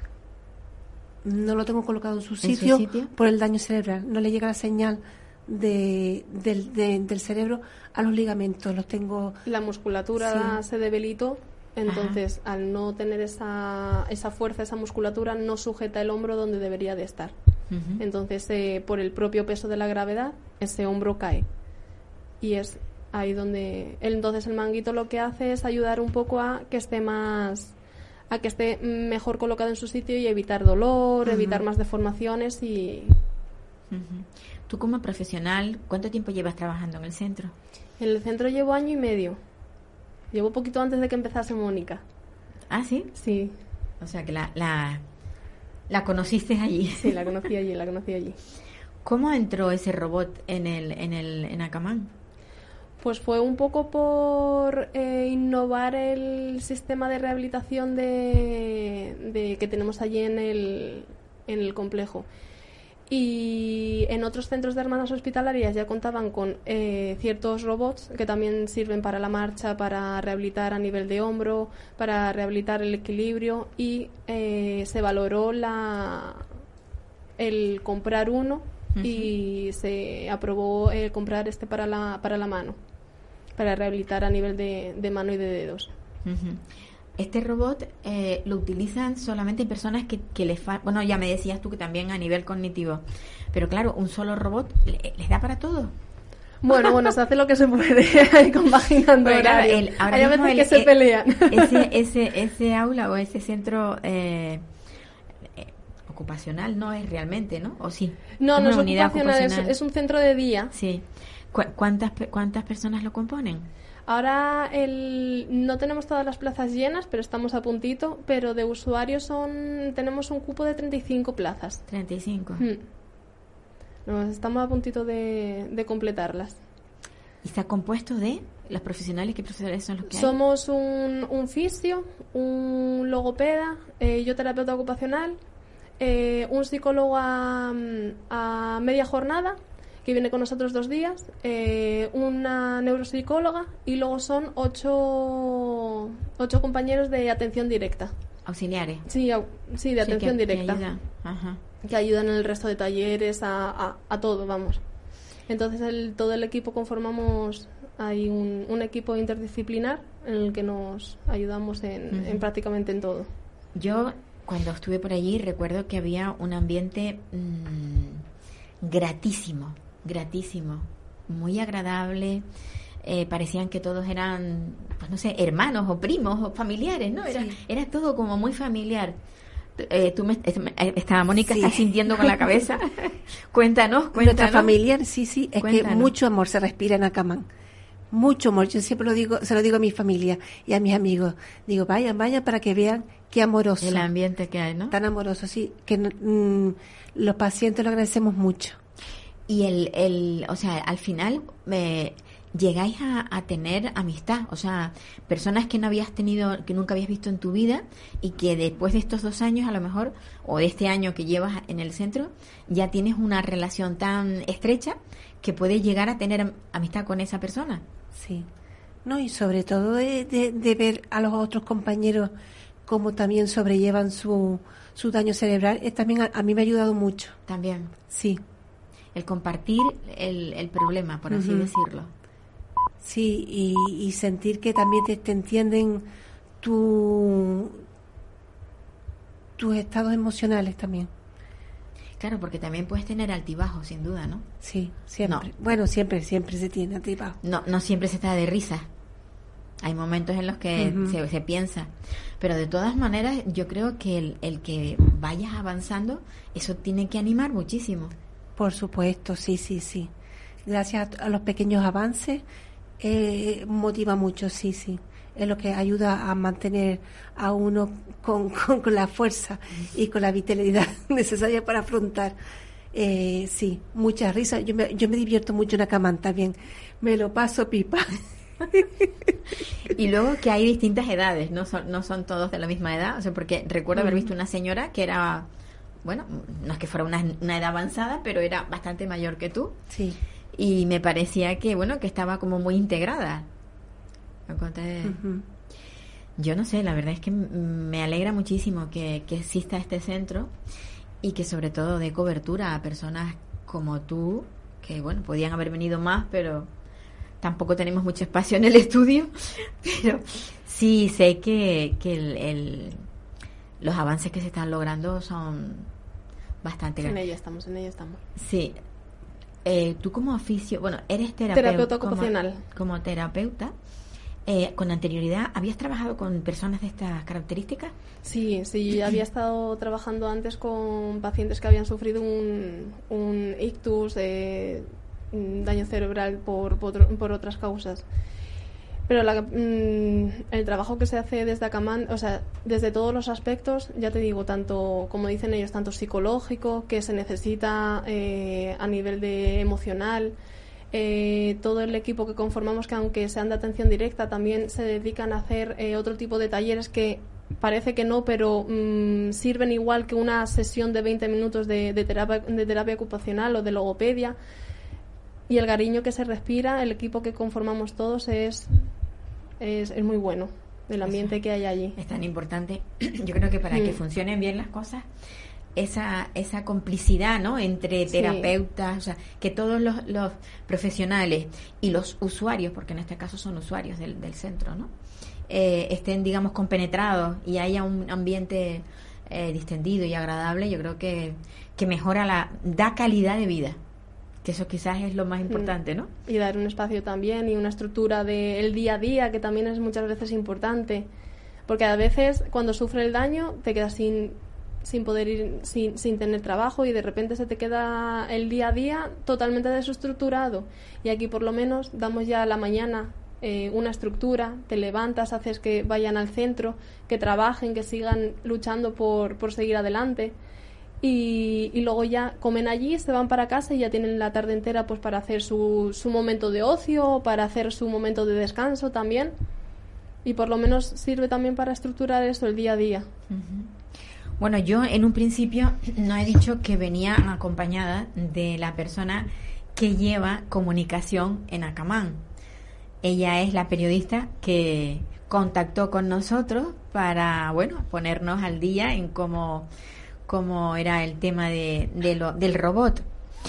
No lo tengo colocado en su su sitio, sitio? por el daño cerebral. No le llega la señal de, del, de- del cerebro a los ligamentos. Los tengo. La musculatura Sí. se debilitó, entonces al no tener esa, esa fuerza, esa musculatura, no sujeta el hombro donde debería de estar. Ujú. Entonces, eh, por el propio peso de la gravedad, ese hombro cae. Y es ahí donde... Entonces el manguito lo que hace es ayudar un poco a que esté más... a que esté mejor colocado en su sitio y evitar dolor, Ujú. evitar más deformaciones y... Ujú. Tú como profesional, ¿cuánto tiempo llevas trabajando en el centro? En el centro llevo año y medio. Llevo poquito antes de que empezase Mónica. Ah, sí. Sí, O sea que la, la, la conociste allí. sí, la conocí allí, la conocí allí. ¿Cómo entró ese robot en el en el en Acamán? Pues fue un poco por eh, innovar el sistema de rehabilitación de, de que tenemos allí en el, en el complejo. Y en otros centros de hermanas hospitalarias ya contaban con eh, ciertos robots que también sirven para la marcha, para rehabilitar a nivel de hombro, para rehabilitar el equilibrio, y eh, se valoró la, el comprar uno y se aprobó el comprar este para la, para la mano, para rehabilitar a nivel de, de mano y de dedos. Ujú. Este robot eh, lo utilizan solamente personas que, que les fa... Bueno, ya me decías tú que también a nivel cognitivo. Pero claro, un solo robot le- les da para todo. Bueno, bueno, se hace lo que se puede compaginando Porque, claro, horarios. el- ahora Hay a mismo veces el- que se eh, pelean. Ese, ese, ese aula o ese centro eh, eh, ocupacional no es realmente, ¿no? ¿O sí? No, no es una unidad ocupacional, es, ocupacional. es un centro de día. Sí. ¿Cu- ¿Cuántas, pe- ¿Cuántas personas lo componen? Ahora el, no tenemos todas las plazas llenas, pero estamos a puntito, pero de usuarios son tenemos un cupo de treinta y cinco plazas. treinta y cinco. Mm. Nos estamos a puntito de, de completarlas. ¿Y está compuesto de los profesionales? ¿Qué profesionales son los que hay? Somos un, un fisio, un logopeda, eh, yo terapeuta ocupacional, eh, un psicólogo a, a media jornada, que viene con nosotros dos días, eh, una neuropsicóloga, y luego son ocho, ocho compañeros de atención directa. Auxiliares. Sí, au- sí, de Sí, atención que- que directa. ayudan. Ajá. Que ayudan en el resto de talleres, a, a, a todo, vamos. Entonces el, todo el equipo conformamos, hay un, un equipo interdisciplinar en el que nos ayudamos en, Ujú. en prácticamente en todo. Yo, cuando estuve por allí, recuerdo que había un ambiente mm, gratísimo, gratísimo, muy agradable. Eh, parecían que todos eran, pues no sé, hermanos o primos o familiares, ¿no? Era, Sí. era todo como muy familiar. Eh, tú me, es- me- eh, estaba Mónica, Sí. está sintiendo con la cabeza. Cuéntanos, Nuestra cuéntanos. familia, sí, sí, es Cuéntanos. que mucho amor se respira en Acamán. Mucho amor. Yo siempre lo digo, se lo digo a mi familia y a mis amigos. Digo, vayan, vayan para que vean qué amoroso. El ambiente que hay, ¿no? Tan amoroso, sí. Que mm, los pacientes lo agradecemos mucho. Y el, el, o sea, al final eh, llegáis a, a tener amistad, o sea, personas que no habías tenido, que nunca habías visto en tu vida y que después de estos dos años a lo mejor, o de este año que llevas en el centro, ya tienes una relación tan estrecha que puedes llegar a tener am- amistad con esa persona. Sí. No, y sobre todo de, de, de ver a los otros compañeros cómo también sobrellevan su, su daño cerebral, es también a, a mí me ha ayudado mucho. También. Sí. El compartir el, el problema, por así uh-huh. decirlo. Sí, y, y sentir que también te, te entienden tu, tus estados emocionales también. Claro, porque también puedes tener altibajos, sin duda, ¿no? Sí, siempre. No. Bueno, siempre, siempre se tiene altibajos. No, no siempre se está de risa. Hay momentos en los que Uh-huh. se, se piensa. Pero de todas maneras, yo creo que el, el que vayas avanzando, eso tiene que animar muchísimo. Por supuesto, sí, sí, sí. Gracias a, a los pequeños avances, eh, motiva mucho, sí, sí. Es lo que ayuda a mantener a uno con, con, con la fuerza y con la vitalidad necesaria para afrontar. Eh, sí, muchas risas. Yo me, yo me divierto mucho en la cama también. Me lo paso pipa. Y luego que hay distintas edades, no son, no son todos de la misma edad. O sea, porque recuerdo haber visto una señora que era, bueno, no es que fuera una, una edad avanzada, pero era bastante mayor que tú. Sí. Y me parecía que, bueno, que estaba como muy integrada. Entonces, uh-huh. yo no sé, la verdad es que me alegra muchísimo que, que exista este centro y que sobre todo dé cobertura a personas como tú, que bueno, podían haber venido más, pero tampoco tenemos mucho espacio en el estudio, pero sí sé que, que el, el, los avances que se están logrando son bastante grandes. En ello estamos, en ello estamos. Sí. Eh, tú como oficio, bueno, eres terapeuta, terapeuta ocupacional. Como, como terapeuta. Eh, ¿Con anterioridad habías trabajado con personas de estas características? Sí, sí, había estado trabajando antes con pacientes que habían sufrido un, un ictus, eh, un daño cerebral por, por, por otras causas. Pero la, mm, el trabajo que se hace desde Acamán, o sea, desde todos los aspectos, ya te digo, tanto, como dicen ellos, tanto psicológico, que se necesita eh, a nivel de emocional, Eh, todo el equipo que conformamos, que aunque sean de atención directa, también se dedican a hacer eh, otro tipo de talleres que parece que no, pero mmm, sirven igual que una sesión de veinte minutos de, de, terapia, de terapia ocupacional o de logopedia. Y el cariño que se respira, el equipo que conformamos todos es, es, es muy bueno, el ambiente Eso que hay allí. Es tan importante. Yo creo que para mm. que funcionen bien las cosas, esa esa complicidad, ¿no?, entre terapeutas, sí. O sea, que todos los, los profesionales y los usuarios, porque en este caso son usuarios del, del centro, ¿no?, eh, estén, digamos, compenetrados y haya un ambiente eh, distendido y agradable. Yo creo que, que mejora la, da calidad de vida, que eso quizás es lo más importante, ¿no? Y dar un espacio también y una estructura del día a día, que también es muchas veces importante, porque a veces cuando sufre el daño te quedas sin sin poder ir, sin, sin tener trabajo, y de repente se te queda el día a día totalmente desestructurado. Y aquí por lo menos damos ya a la mañana eh, una estructura, te levantas, haces que vayan al centro, que trabajen, que sigan luchando por, por seguir adelante, y, y luego ya comen allí, se van para casa y ya tienen la tarde entera pues para hacer su, su momento de ocio, para hacer su momento de descanso también, y por lo menos sirve también para estructurar eso el día a día. Uh-huh. Bueno, yo en un principio no he dicho que venía acompañada de la persona que lleva comunicación en Acamán. Ella es la periodista que contactó con nosotros para, bueno, ponernos al día en cómo, cómo era el tema de, de lo, del robot.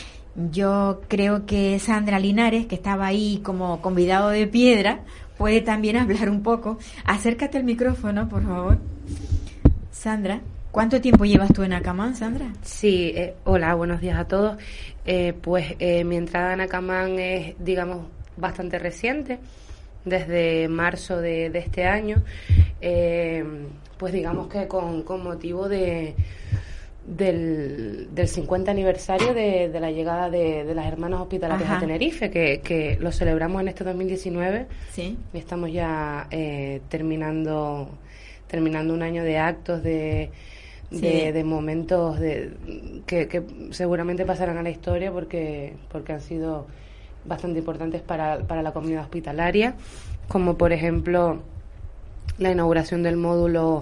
Yo creo que Sandra Linares, que estaba ahí como convidado de piedra, puede también hablar un poco. Acércate al micrófono, por favor. Sandra. ¿Cuánto tiempo llevas tú en Acamán, Sandra? Sí, eh, hola, buenos días a todos. Eh, pues eh, mi entrada en Acamán es, digamos, bastante reciente, desde marzo de, de este año. Eh, pues digamos que con, con motivo de del, del cincuenta aniversario de, de la llegada de, de las Hermanas Hospitalarias Ajá. a Tenerife, que, que lo celebramos en este dos mil diecinueve. Sí. Y estamos ya eh, terminando, terminando un año de actos, de... Sí. De, de momentos de, que, que seguramente pasarán a la historia porque porque han sido bastante importantes para, para la comunidad hospitalaria, como por ejemplo la inauguración del módulo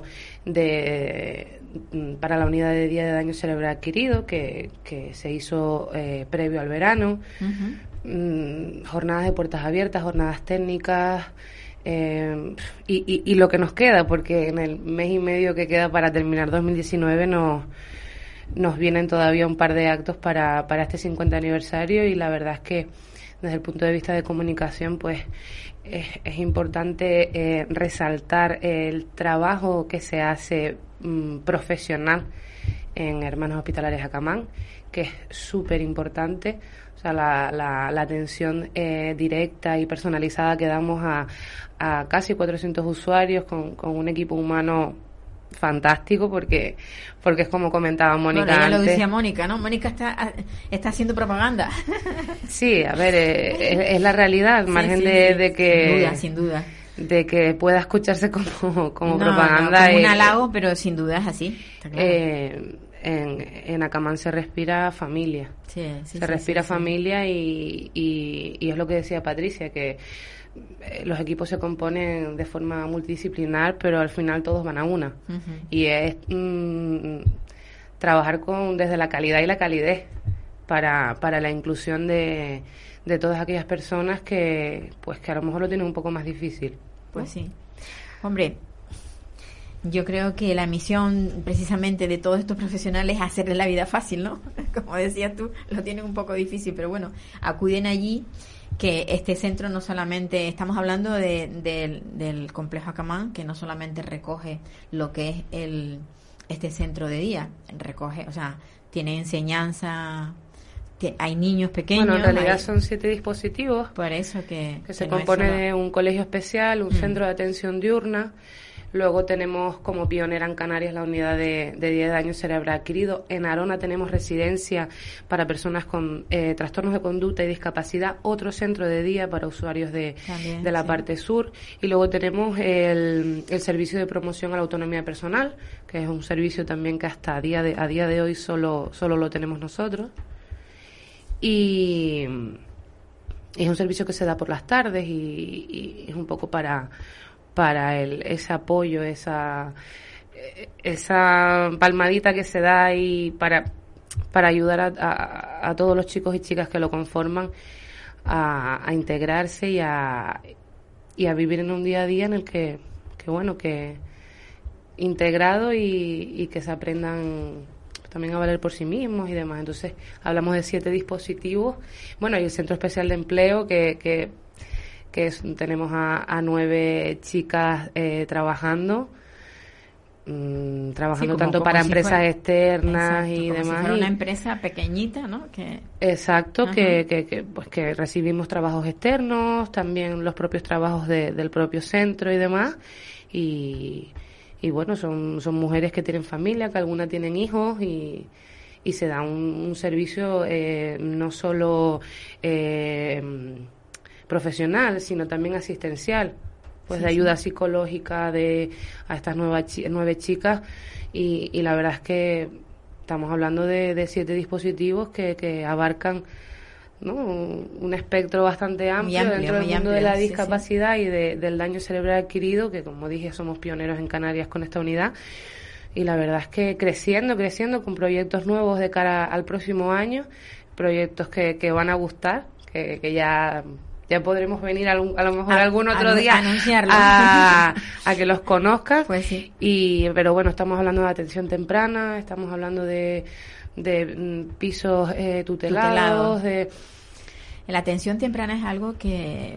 de para la unidad de día de daño cerebral adquirido, que, que se hizo eh, previo al verano. Uh-huh. mm, jornadas de puertas abiertas, jornadas técnicas, Eh, y, y, y lo que nos queda, porque en el mes y medio que queda para terminar dos mil diecinueve nos, nos vienen todavía un par de actos para, para este cincuenta aniversario, y la verdad es que desde el punto de vista de comunicación pues es, es importante eh, resaltar el trabajo que se hace mm, profesional en Hermanos Hospitalarios Acamán, que es súper importante. O sea, la, la, la atención eh, directa y personalizada que damos a, a casi cuatrocientos usuarios con, con un equipo humano fantástico, porque porque es como comentaba Mónica bueno, ya antes. lo decía Mónica, ¿no? Mónica está está haciendo propaganda. Sí, a ver, eh, es, es la realidad, al sí, margen sí, de, sí. de que... Sin duda, sin duda. De que pueda escucharse como, como no, propaganda. No, como un eh, halago, pero sin duda es así. Está claro. eh, en, en Acamán se respira familia. Sí, sí, se sí, respira sí, familia sí. Y, y, y es lo que decía Patricia, que los equipos se componen de forma multidisciplinar, pero al final todos van a una. Uh-huh. Y es mmm, trabajar con desde la calidad y la calidez para, para la inclusión de, de todas aquellas personas que pues que a lo mejor lo tienen un poco más difícil, ¿no? Pues sí. Hombre, yo creo que la misión precisamente de todos estos profesionales es hacerles la vida fácil, ¿no? Como decías tú, lo tienen un poco difícil, pero bueno, acuden allí, que este centro no solamente, estamos hablando de, de, del complejo Acamán, que no solamente recoge lo que es el este centro de día, recoge, o sea, tiene enseñanza, hay niños pequeños. Bueno, en realidad hay, son siete dispositivos. Por eso que... Que se que compone no solo... de un colegio especial, un mm. centro de atención diurna. Luego tenemos como pionera en Canarias la unidad de, de día de daño cerebral adquirido. En Arona tenemos residencia para personas con eh, trastornos de conducta y discapacidad. Otro centro de día para usuarios de, También, de la sí. parte sur. Y luego tenemos el, el servicio de promoción a la autonomía personal, que es un servicio también que hasta a día de, a día de hoy solo, solo lo tenemos nosotros. Y es un servicio que se da por las tardes y, y es un poco para para el, ese apoyo, esa esa palmadita que se da y para para ayudar a, a, a todos los chicos y chicas que lo conforman a, a integrarse y a y a vivir en un día a día en el que, que bueno, que integrado y, y que se aprendan también a valer por sí mismos y demás. Entonces, hablamos de siete dispositivos. Bueno, y el Centro Especial de Empleo, que, que, que es, tenemos a, a nueve chicas eh, trabajando, mmm, trabajando sí, tanto para si empresas fuera, externas exacto, y como demás. Si fuera y, una empresa pequeñita, ¿no? Que, exacto, que, que, que, pues que recibimos trabajos externos, también los propios trabajos de, del propio centro y demás. Y... Y bueno, son, son mujeres que tienen familia, que algunas tienen hijos y, y se da un, un servicio eh, no solo eh, profesional, sino también asistencial, pues sí, de ayuda sí. psicológica de a estas nuevas chi- nueve chicas y, y la verdad es que estamos hablando de, de siete dispositivos que, que abarcan, ¿no?, un espectro bastante amplio, amplio dentro del mundo amplio, de la discapacidad sí, sí. y de, del daño cerebral adquirido, que como dije somos pioneros en Canarias con esta unidad, y la verdad es que creciendo, creciendo con proyectos nuevos de cara al próximo año, proyectos que, que van a gustar, que, que ya ya podremos venir a, a lo mejor a, algún otro a, día a, a que los conozcas, pues sí. y pero bueno, estamos hablando de atención temprana, estamos hablando de de mm, pisos eh, tutelados, Tutelado. de la atención temprana es algo que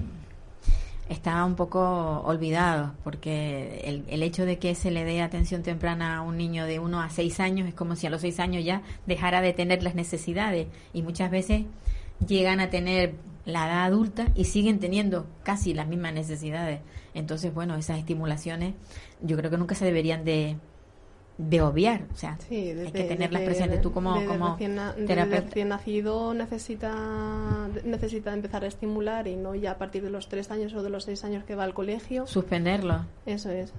mm, está un poco olvidado, porque el, el hecho de que se le dé atención temprana a un niño de uno a seis años es como si a los seis años ya dejara de tener las necesidades, y muchas veces llegan a tener la edad adulta y siguen teniendo casi las mismas necesidades. Entonces, bueno, esas estimulaciones yo creo que nunca se deberían de de obviar, o sea, sí, desde, hay que tenerlas desde, presentes. Tú como, como recién, terapeuta. Recién nacido necesita necesita empezar a estimular, y no ya a partir de los tres años o de los seis años que va al colegio. Suspenderlo. Eso es.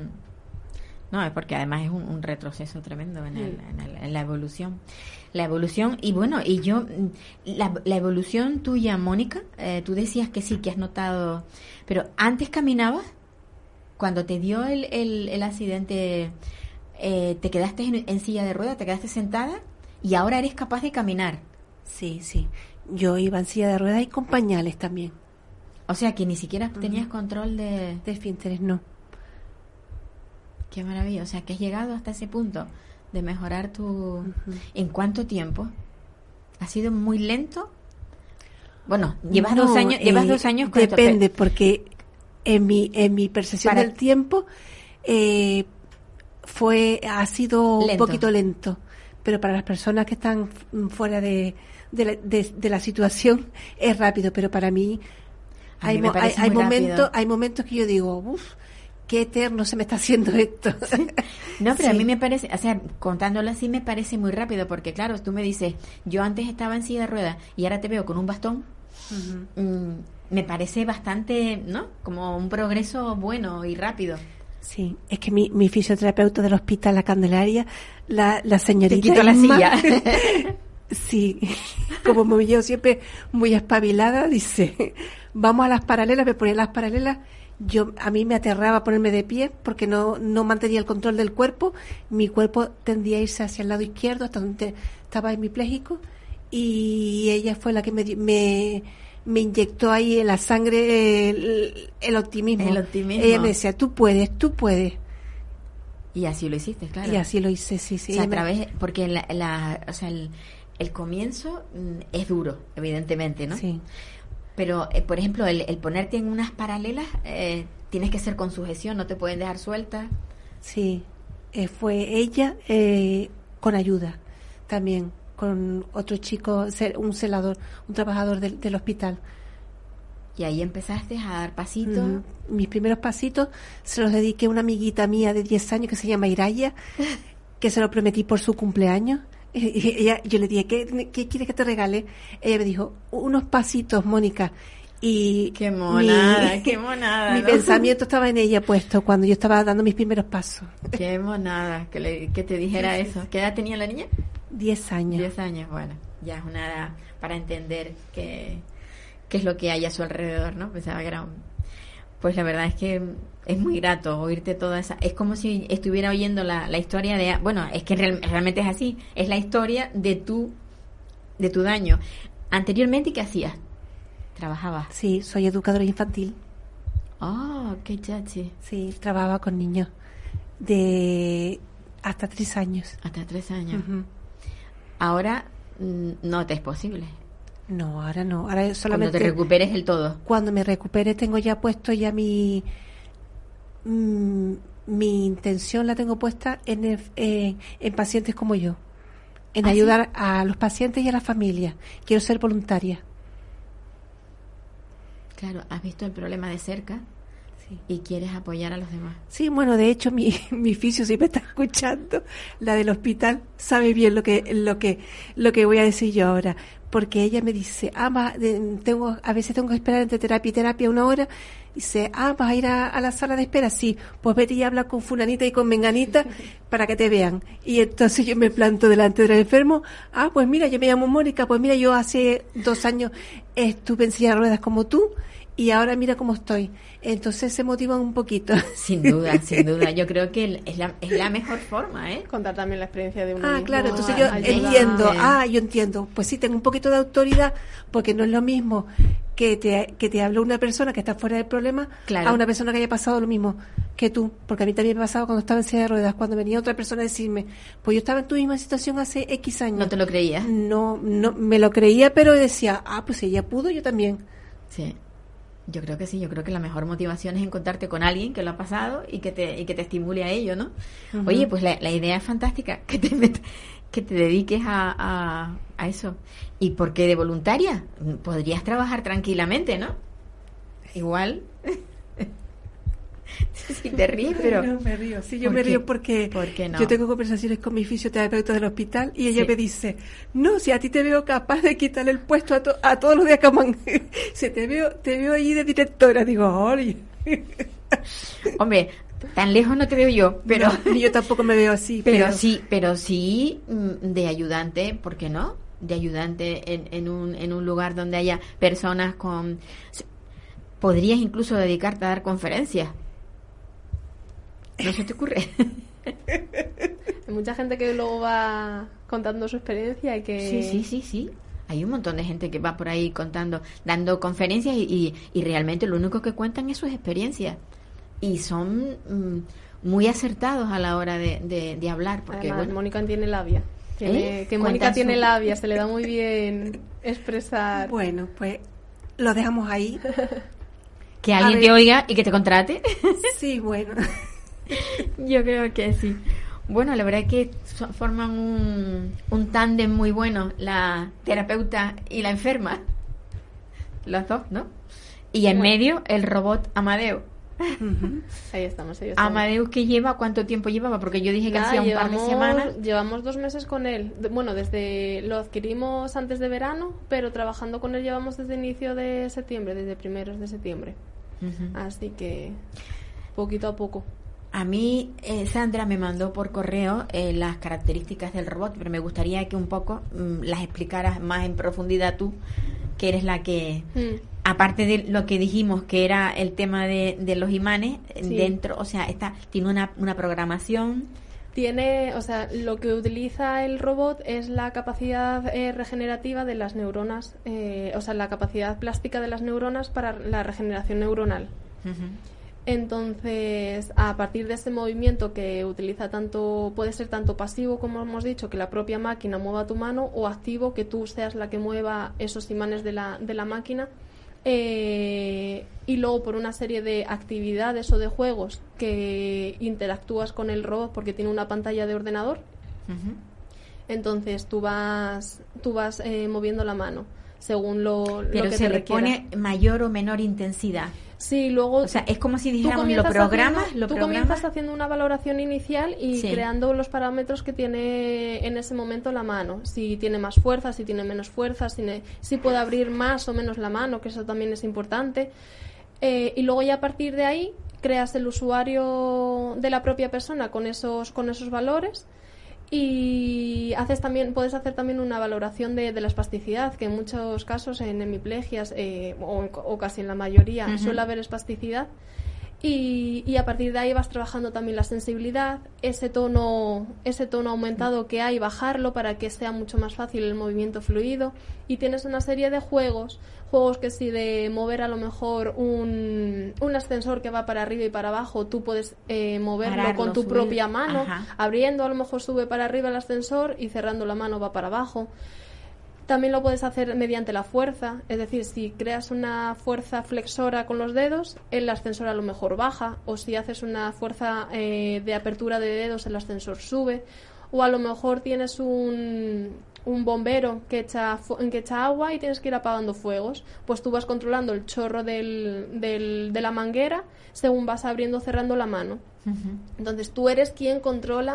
Mm. No, es porque además es un, un retroceso tremendo en, el, en, el, en la evolución. La evolución, y bueno, y yo, la, la evolución tuya, Mónica, eh, tú decías que sí, que has notado, pero antes caminabas, cuando te dio el, el, el accidente... Eh, te quedaste en, en silla de ruedas, te quedaste sentada y ahora eres capaz de caminar. Sí, sí. Yo iba en silla de ruedas y con pañales también. O sea, que ni siquiera tenías uh-huh. control de... de esfínteres, no. Qué maravilla. O sea, que has llegado hasta ese punto de mejorar tu... Uh-huh. ¿En cuánto tiempo? ¿Ha sido muy lento? Bueno, llevas no, dos años... Llevas eh, dos años con depende, esto, porque en mi, en mi percepción Para... del tiempo eh, fue ha sido lento. Un poquito lento. Pero para las personas que están fuera de, de, la, de, de la situación es rápido, pero para mí... Hay, mí me hay, hay momentos hay momentos que yo digo, uff, qué eterno se me está haciendo esto. ¿Sí? No, pero sí. a mí me parece, o sea, contándolo así me parece muy rápido, porque claro, tú me dices, yo antes estaba en silla de ruedas y ahora te veo con un bastón. Uh-huh. Mm, me parece bastante, ¿no? Como un progreso bueno y rápido. Sí, es que mi, mi fisioterapeuta del hospital La Candelaria, la, la señorita... Te quitó la silla. Sí, como me veo siempre muy espabilada, dice, vamos a las paralelas, me ponía las paralelas, yo a mí me aterraba ponerme de pie porque no, no mantenía el control del cuerpo, mi cuerpo tendía a irse hacia el lado izquierdo hasta donde estaba hemipléjico, y ella fue la que me, me, me inyectó ahí en la sangre el, el optimismo. El optimismo. Ella me decía, tú puedes, tú puedes. Y así lo hiciste, claro. Y así lo hice, sí, sí. O sea, a través, porque la, la, o sea, el, el comienzo es duro, evidentemente, ¿no? Sí. Pero, eh, por ejemplo, el, el ponerte en unas paralelas, eh, tienes que ser con sujeción, no te pueden dejar suelta. Sí, eh, fue ella eh, con ayuda también, con otro chico, un celador, un trabajador del, del hospital. Y ahí empezaste a dar pasitos. Uh-huh. Mis primeros pasitos se los dediqué a una amiguita mía de diez años que se llama Iraya, que se lo prometí por su cumpleaños. Y ella, yo le dije, ¿qué, ¿qué quieres que te regale? Ella me dijo, unos pasitos, Mónica. Y qué monada, mi, qué monada. Mi ¿no? pensamiento estaba en ella puesto cuando yo estaba dando mis primeros pasos. Qué monada, que, le, que te dijera sí, eso. ¿Qué edad tenía la niña? Diez años. Diez años, bueno, ya es una edad para entender qué, qué es lo que hay a su alrededor, ¿no? Pensaba que era un... Pues la verdad es que es muy grato oírte toda esa... Es como si estuviera oyendo la, la historia de... Bueno, es que real, realmente es así. Es la historia de tu, de tu daño. Anteriormente, ¿qué hacías? ¿Trabajabas? Sí, soy educadora infantil. Oh, qué chachi. Sí, trabajaba con niños de hasta tres años. Hasta tres años. Uh-huh. Ahora no te es posible. No, ahora no. Ahora solamente... Cuando te recuperes del todo. Cuando me recupere tengo ya puesto ya mi... Mmm, mi intención la tengo puesta en, el, eh, en pacientes como yo. En ¿Ah, ayudar sí? a los pacientes y a las familias. Quiero ser voluntaria. Claro, has visto el problema de cerca. Sí. Y quieres apoyar a los demás. Sí, bueno, de hecho mi, mi fisio, si me está escuchando, la del hospital, sabe bien lo que, lo que, lo que voy a decir yo ahora. Porque ella me dice, ah, va, tengo, a veces tengo que esperar entre terapia y terapia una hora. Dice, ah, vas a ir a, a la sala de espera. Sí, pues vete y habla con fulanita y con menganita para que te vean. Y entonces yo me planto delante del enfermo. Ah, pues mira, yo me llamo Mónica. Pues mira, yo hace dos años estuve en silla de ruedas como tú y ahora mira cómo estoy. Entonces se motivan un poquito. Sin duda, sin duda. Yo creo que es la, es la mejor forma, ¿eh? Contar también la experiencia de uno Ah, mismo, claro, entonces yo ayuda. entiendo. Ah, yo entiendo. Pues sí, tengo un poquito de autoridad porque no es lo mismo que te, que te hable una persona que está fuera del problema claro. a una persona que haya pasado lo mismo que tú. Porque a mí también me pasaba cuando estaba en silla de ruedas, cuando venía otra persona a decirme, pues yo estaba en tu misma situación hace X años. ¿No te lo creías? No, no, me lo creía, pero decía, ah, pues ella pudo, yo también. Sí. Yo creo que sí, yo creo que la mejor motivación es encontrarte con alguien que lo ha pasado y que te y que te estimule a ello, ¿no? Uh-huh. Oye, pues la, la idea es fantástica, que te met, que te dediques a, a, a eso. ¿Y por qué de voluntaria? Podrías trabajar tranquilamente, ¿no? Igual. Sí, te ríes, pero... No, me río, sí, yo me río porque ¿Por qué no? Yo tengo conversaciones con mi fisioterapeuta del hospital y ella sí. me dice, no, si a ti te veo capaz de quitarle el puesto a, to- a todos los de Acamán, se te veo te veo allí de directora, digo, oye. Hombre, tan lejos no te veo yo, pero... No, yo tampoco me veo así. Pero, pero sí, pero sí de ayudante, ¿por qué no? De ayudante en, en, un, en un lugar donde haya personas con... Podrías incluso dedicarte a dar conferencias. ¿No se te ocurre? Hay mucha gente que luego va contando su experiencia y que... Sí, sí, sí, sí. Hay un montón de gente que va por ahí contando, dando conferencias y, y, y realmente lo único que cuentan es sus experiencias. Y son mm, muy acertados a la hora de, de, de hablar. Porque Además, bueno, Mónica tiene labia. Tiene, ¿Eh? Que Mónica Cuentan tiene su- labia, se le da muy bien expresar. Bueno, pues lo dejamos ahí. que A alguien ver. te oiga y que te contrate. Sí, bueno. Yo creo que sí. Bueno, la verdad es que so- forman un, un tándem muy bueno, la terapeuta y la enferma. Los dos, ¿no? Y en Bueno. medio, el robot Amadeo. Ahí estamos, ahí estamos. Amadeus, ¿qué lleva? ¿Cuánto tiempo llevaba? Porque yo dije que Nada, hacía un llevamos, par de semanas. Llevamos dos meses con él. De- Bueno, desde lo adquirimos antes de verano, pero trabajando con él llevamos desde inicio de septiembre, desde primeros de septiembre. Ujú. Así que poquito a poco. A mí, eh, Sandra me mandó por correo eh, las características del robot, pero me gustaría que un poco mm, las explicaras más en profundidad tú, que eres la que, Mm. aparte de lo que dijimos, que era el tema de, de los imanes, Sí. dentro, o sea, está, tiene una, una programación. Tiene, o sea, lo que utiliza el robot es la capacidad eh, regenerativa de las neuronas, eh, o sea, la capacidad plástica de las neuronas para la regeneración neuronal. Ujú. Entonces, a partir de ese movimiento que utiliza tanto, puede ser tanto pasivo, como hemos dicho, que la propia máquina mueva tu mano, o activo, que tú seas la que mueva esos imanes de la, de la máquina. Eh, y luego por una serie de actividades o de juegos que interactúas con el robot porque tiene una pantalla de ordenador. Ujú. Entonces tú vas, tú vas eh, moviendo la mano según lo, lo Pero que se te le requiera. pone mayor o menor intensidad. Sí, luego O sea, es como si tú dijéramos, lo comienzas programas, haciendo- lo tú programas. comienzas haciendo una valoración inicial y Sí. creando los parámetros que tiene en ese momento la mano. Si tiene más fuerza, si tiene menos fuerza, si, ne- si puede abrir más o menos la mano, que eso también es importante. Eh, y luego ya a partir de ahí creas el usuario de la propia persona con esos, con esos valores. Y haces también, puedes hacer también una valoración de, de la espasticidad, que en muchos casos en hemiplegias, eh, o, en- o casi en la mayoría, Ujú. suele haber espasticidad. Y, y a partir de ahí vas trabajando también la sensibilidad, ese tono, ese tono aumentado que hay, bajarlo para que sea mucho más fácil el movimiento fluido. Y tienes una serie de juegos, juegos que si de mover a lo mejor un, un ascensor que va para arriba y para abajo, tú puedes eh, moverlo Pararlo, con tu subir. propia mano, Ajá. abriendo a lo mejor sube para arriba el ascensor y cerrando la mano va para abajo. También lo puedes hacer mediante la fuerza, es decir, si creas una fuerza flexora con los dedos, el ascensor a lo mejor baja, o si haces una fuerza eh, de apertura de dedos, el ascensor sube, o a lo mejor tienes un, un bombero que echa, fu- que echa agua y tienes que ir apagando fuegos, pues tú vas controlando el chorro del, del, de la manguera según vas abriendo o cerrando la mano. Ujú. Entonces tú eres quien controla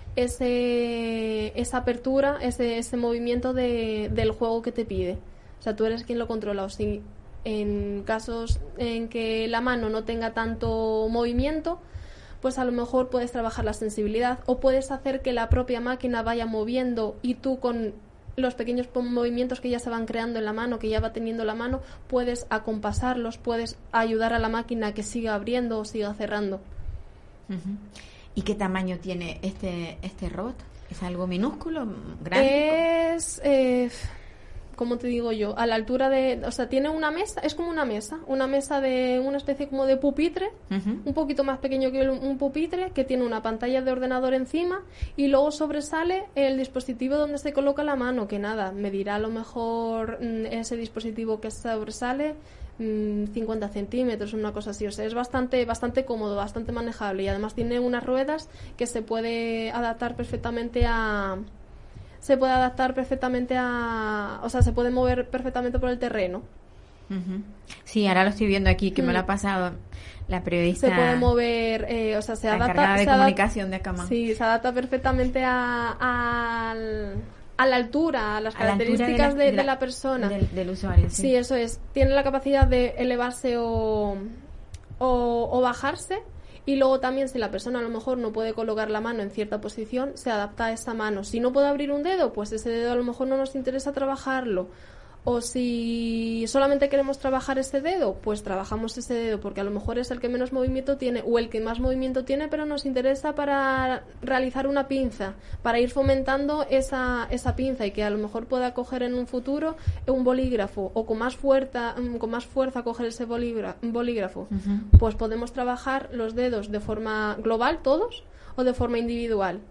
ese, esa apertura, ese, ese movimiento de, del juego que te pide. O sea, tú eres quien lo controla. O si en casos en que la mano no tenga tanto movimiento, pues a lo mejor puedes trabajar la sensibilidad o puedes hacer que la propia máquina vaya moviendo y tú con los pequeños po- movimientos que ya se van creando en la mano, que ya va teniendo la mano, puedes acompasarlos, puedes ayudar a la máquina a que siga abriendo o siga cerrando. Ujú. ¿Y qué tamaño tiene este este robot? ¿Es algo minúsculo, grande? Es, eh, ¿cómo te digo yo? A la altura de... O sea, tiene una mesa, es como una mesa, una mesa de una especie como de pupitre, Ujú. un poquito más pequeño que un un pupitre, que tiene una pantalla de ordenador encima y luego sobresale el dispositivo donde se coloca la mano, que nada, medirá a lo mejor mm, ese dispositivo que sobresale mm, cincuenta centímetros, una cosa así. O sea, es bastante, bastante cómodo, bastante manejable y además tiene unas ruedas que se puede adaptar perfectamente a... se puede adaptar perfectamente a... o sea, se puede mover perfectamente por el terreno. Ujú. Sí, ahora lo estoy viendo aquí, que me lo ha pasado la periodista Se puede mover, eh, o sea, se la adapta... encargada de se adapta- comunicación de Acamán. Sí, se adapta perfectamente a, al- a la altura, a las A la altura características de, de de la- la persona. Del, del usuario, sí. Sí, eso es. Tiene la capacidad de elevarse o, o, o bajarse. Y luego también, si la persona a lo mejor no puede colocar la mano en cierta posición, se adapta a esa mano. Si no puede abrir un dedo, pues ese dedo a lo mejor no nos interesa trabajarlo. O si solamente queremos trabajar ese dedo, pues trabajamos ese dedo, porque a lo mejor es el que menos movimiento tiene o el que más movimiento tiene, pero nos interesa para realizar una pinza, para ir fomentando esa, esa pinza y que a lo mejor pueda coger en un futuro un bolígrafo o con más fuerza, con más fuerza coger ese bolígrafo, bolígrafo. Uh-huh. Pues podemos trabajar los dedos de forma global, todos, o de forma individual.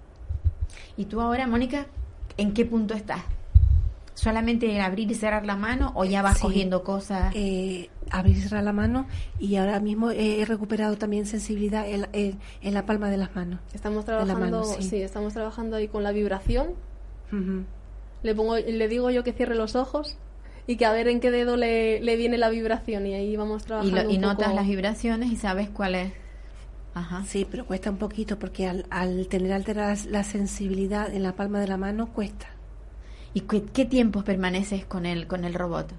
¿Y tú ahora, Mónica, en qué punto estás? ¿Solamente abrir y cerrar la mano o ya vas sí, cogiendo cosas? Eh, abrir y cerrar la mano, y ahora mismo he recuperado también sensibilidad en, en, en la palma de las manos. Estamos trabajando, mano, sí. sí, estamos trabajando ahí con la vibración. Uh-huh. Le pongo, le digo yo que cierre los ojos y que a ver en qué dedo le, le viene la vibración, y ahí vamos trabajando. Y, lo, y un notas poco... las vibraciones y sabes cuál es. Ajá. Sí, pero cuesta un poquito porque al, al tener alterada la sensibilidad en la palma de la mano cuesta. ¿Y qué, qué tiempos permaneces con el con el robot?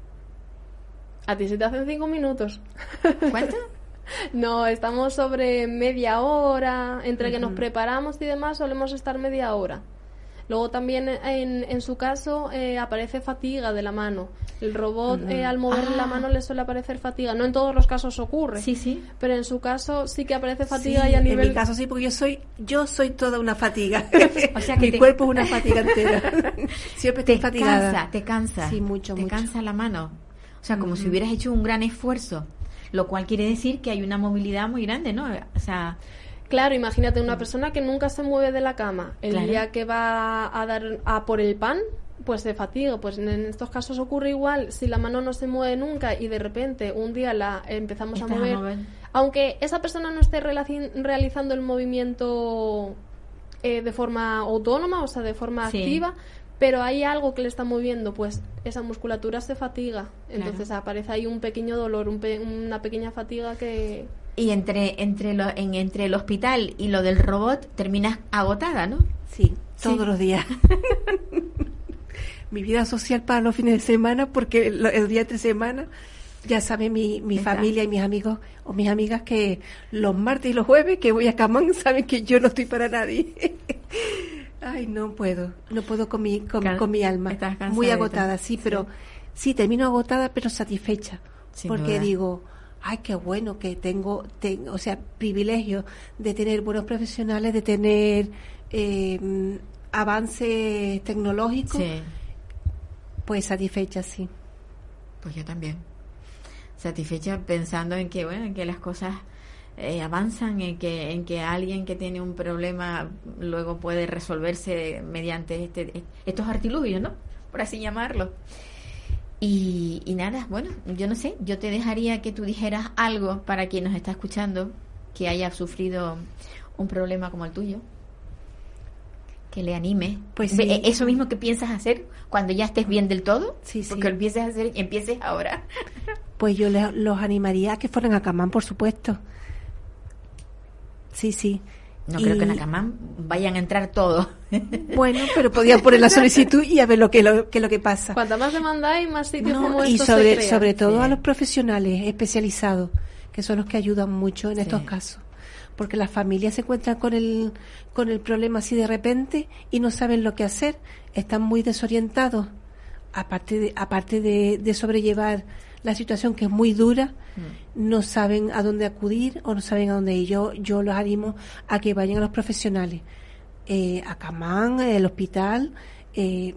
A ti se te hacen cinco minutos. ¿Cuánto? No, estamos sobre media hora. Entre uh-huh. que nos preparamos y demás solemos estar media hora. Luego también en, en su caso eh, aparece fatiga de la mano. El robot uh-huh. eh, al mover ah. la mano le suele aparecer fatiga. No en todos los casos ocurre. Sí, sí. Pero en su caso sí que aparece fatiga sí, y a nivel... En mi caso sí, porque yo soy yo soy toda una fatiga. O sea que mi te... cuerpo es una fatiga entera. Siempre estoy te fatigada. Cansa, te cansa. Sí, mucho, te mucho. Te cansa la mano. O sea, como uh-huh. si hubieras hecho un gran esfuerzo. Lo cual quiere decir que hay una movilidad muy grande, ¿no? O sea... Claro, imagínate una persona que nunca se mueve de la cama. El claro. día que va a dar a por el pan, pues se fatiga. Pues en estos casos ocurre igual. Si la mano no se mueve nunca y de repente un día la empezamos a mover, a mover, aunque esa persona no esté relaci- realizando el movimiento eh, de forma autónoma, o sea, de forma sí. activa, pero hay algo que le está moviendo, pues esa musculatura se fatiga. Entonces claro. aparece ahí un pequeño dolor, un pe- una pequeña fatiga que... Y entre entre lo, en, entre el hospital y lo del robot terminas agotada, ¿no? Sí, todos sí. los días. Mi vida social para los fines de semana, porque el, el día de semana, ya sabe mi, mi familia y mis amigos o mis amigas que los martes y los jueves que voy a Camán saben que yo no estoy para nadie. Ay, no puedo, no puedo con mi, con, Can- con mi alma. Muy agotada, sí, pero sí. sí, termino agotada pero satisfecha. Sin porque duda. Digo... Ay, qué bueno que tengo, tengo, o sea, privilegio de tener buenos profesionales, de tener eh, avances tecnológicos. Sí. Pues satisfecha, sí. Pues yo también. Satisfecha pensando en que, bueno, en que las cosas eh, avanzan, en que, en que alguien que tiene un problema luego puede resolverse mediante este, estos artilugios, ¿no? Por así llamarlo. Y, y nada, bueno, yo no sé, yo te dejaría que tú dijeras algo para quien nos está escuchando que haya sufrido un problema como el tuyo, que le anime. Pues sí. Eso mismo que piensas hacer cuando ya estés bien del todo, sí, sí. porque lo empieces a hacer, empieces ahora. Pues yo les, los animaría a que fueran a Camán, por supuesto. Sí, sí. No y... creo que en Acamán vayan a entrar todos. Bueno, pero podían poner la solicitud y a ver lo que lo que, lo que pasa. Cuanta más demanda hay, más sitios no, como y estos sobre, se crean. sobre todo sí. a los profesionales especializados, que son los que ayudan mucho en sí. estos casos. Porque las familias se encuentran con el con el problema así de repente y no saben lo que hacer. Están muy desorientados. Aparte de, aparte de, de sobrellevar la situación, que es muy dura, mm. no saben a dónde acudir o no saben a dónde ir. Yo, yo los animo a que vayan a los profesionales, eh, a Camán, el hospital. Eh,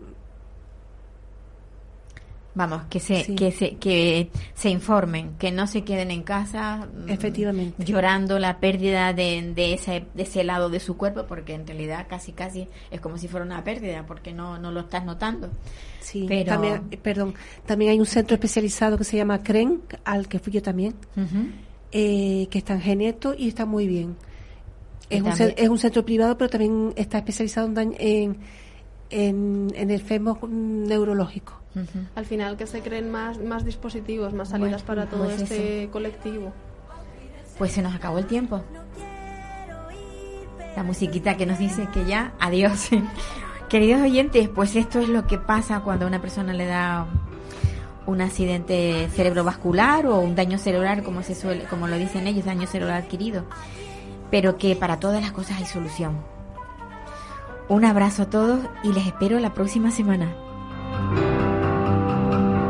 Vamos, que se, sí. que se, que se informen, que no se queden en casa, efectivamente, llorando la pérdida de, de ese, de ese lado de su cuerpo, porque en realidad casi casi es como si fuera una pérdida, porque no, no lo estás notando. Sí, pero también, perdón, también hay un centro especializado que se llama C R E N, al que fui yo también, uh-huh. eh, que está en Geneto y está muy bien. Es un, es un centro privado, pero también está especializado en, en, en, en enfermos neurológicos. Uh-huh. Al final que se creen más, más dispositivos, más salidas bueno, para todo pues este eso. colectivo. Pues se nos acabó el tiempo. La musiquita que nos dice que ya, adiós. Queridos oyentes, pues esto es lo que pasa cuando a una persona le da un accidente cerebrovascular o un daño cerebral, como se suele, como lo dicen ellos, daño cerebral adquirido. Pero que para todas las cosas hay solución. Un abrazo a todos y les espero la próxima semana.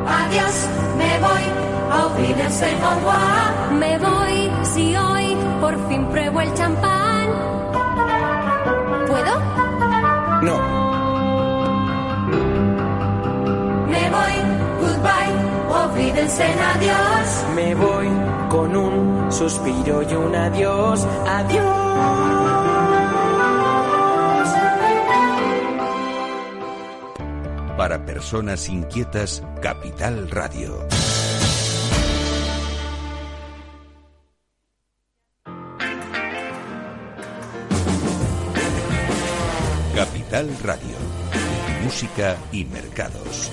Adiós, me voy a oír el Saint-François. Me voy si hoy por fin pruebo el champán. ¿Puedo? No. Me voy, goodbye, auf Wiedersehen, adiós. Me voy con un suspiro y un adiós, adiós. Para personas inquietas, Capital Radio. Capital Radio. Música y mercados.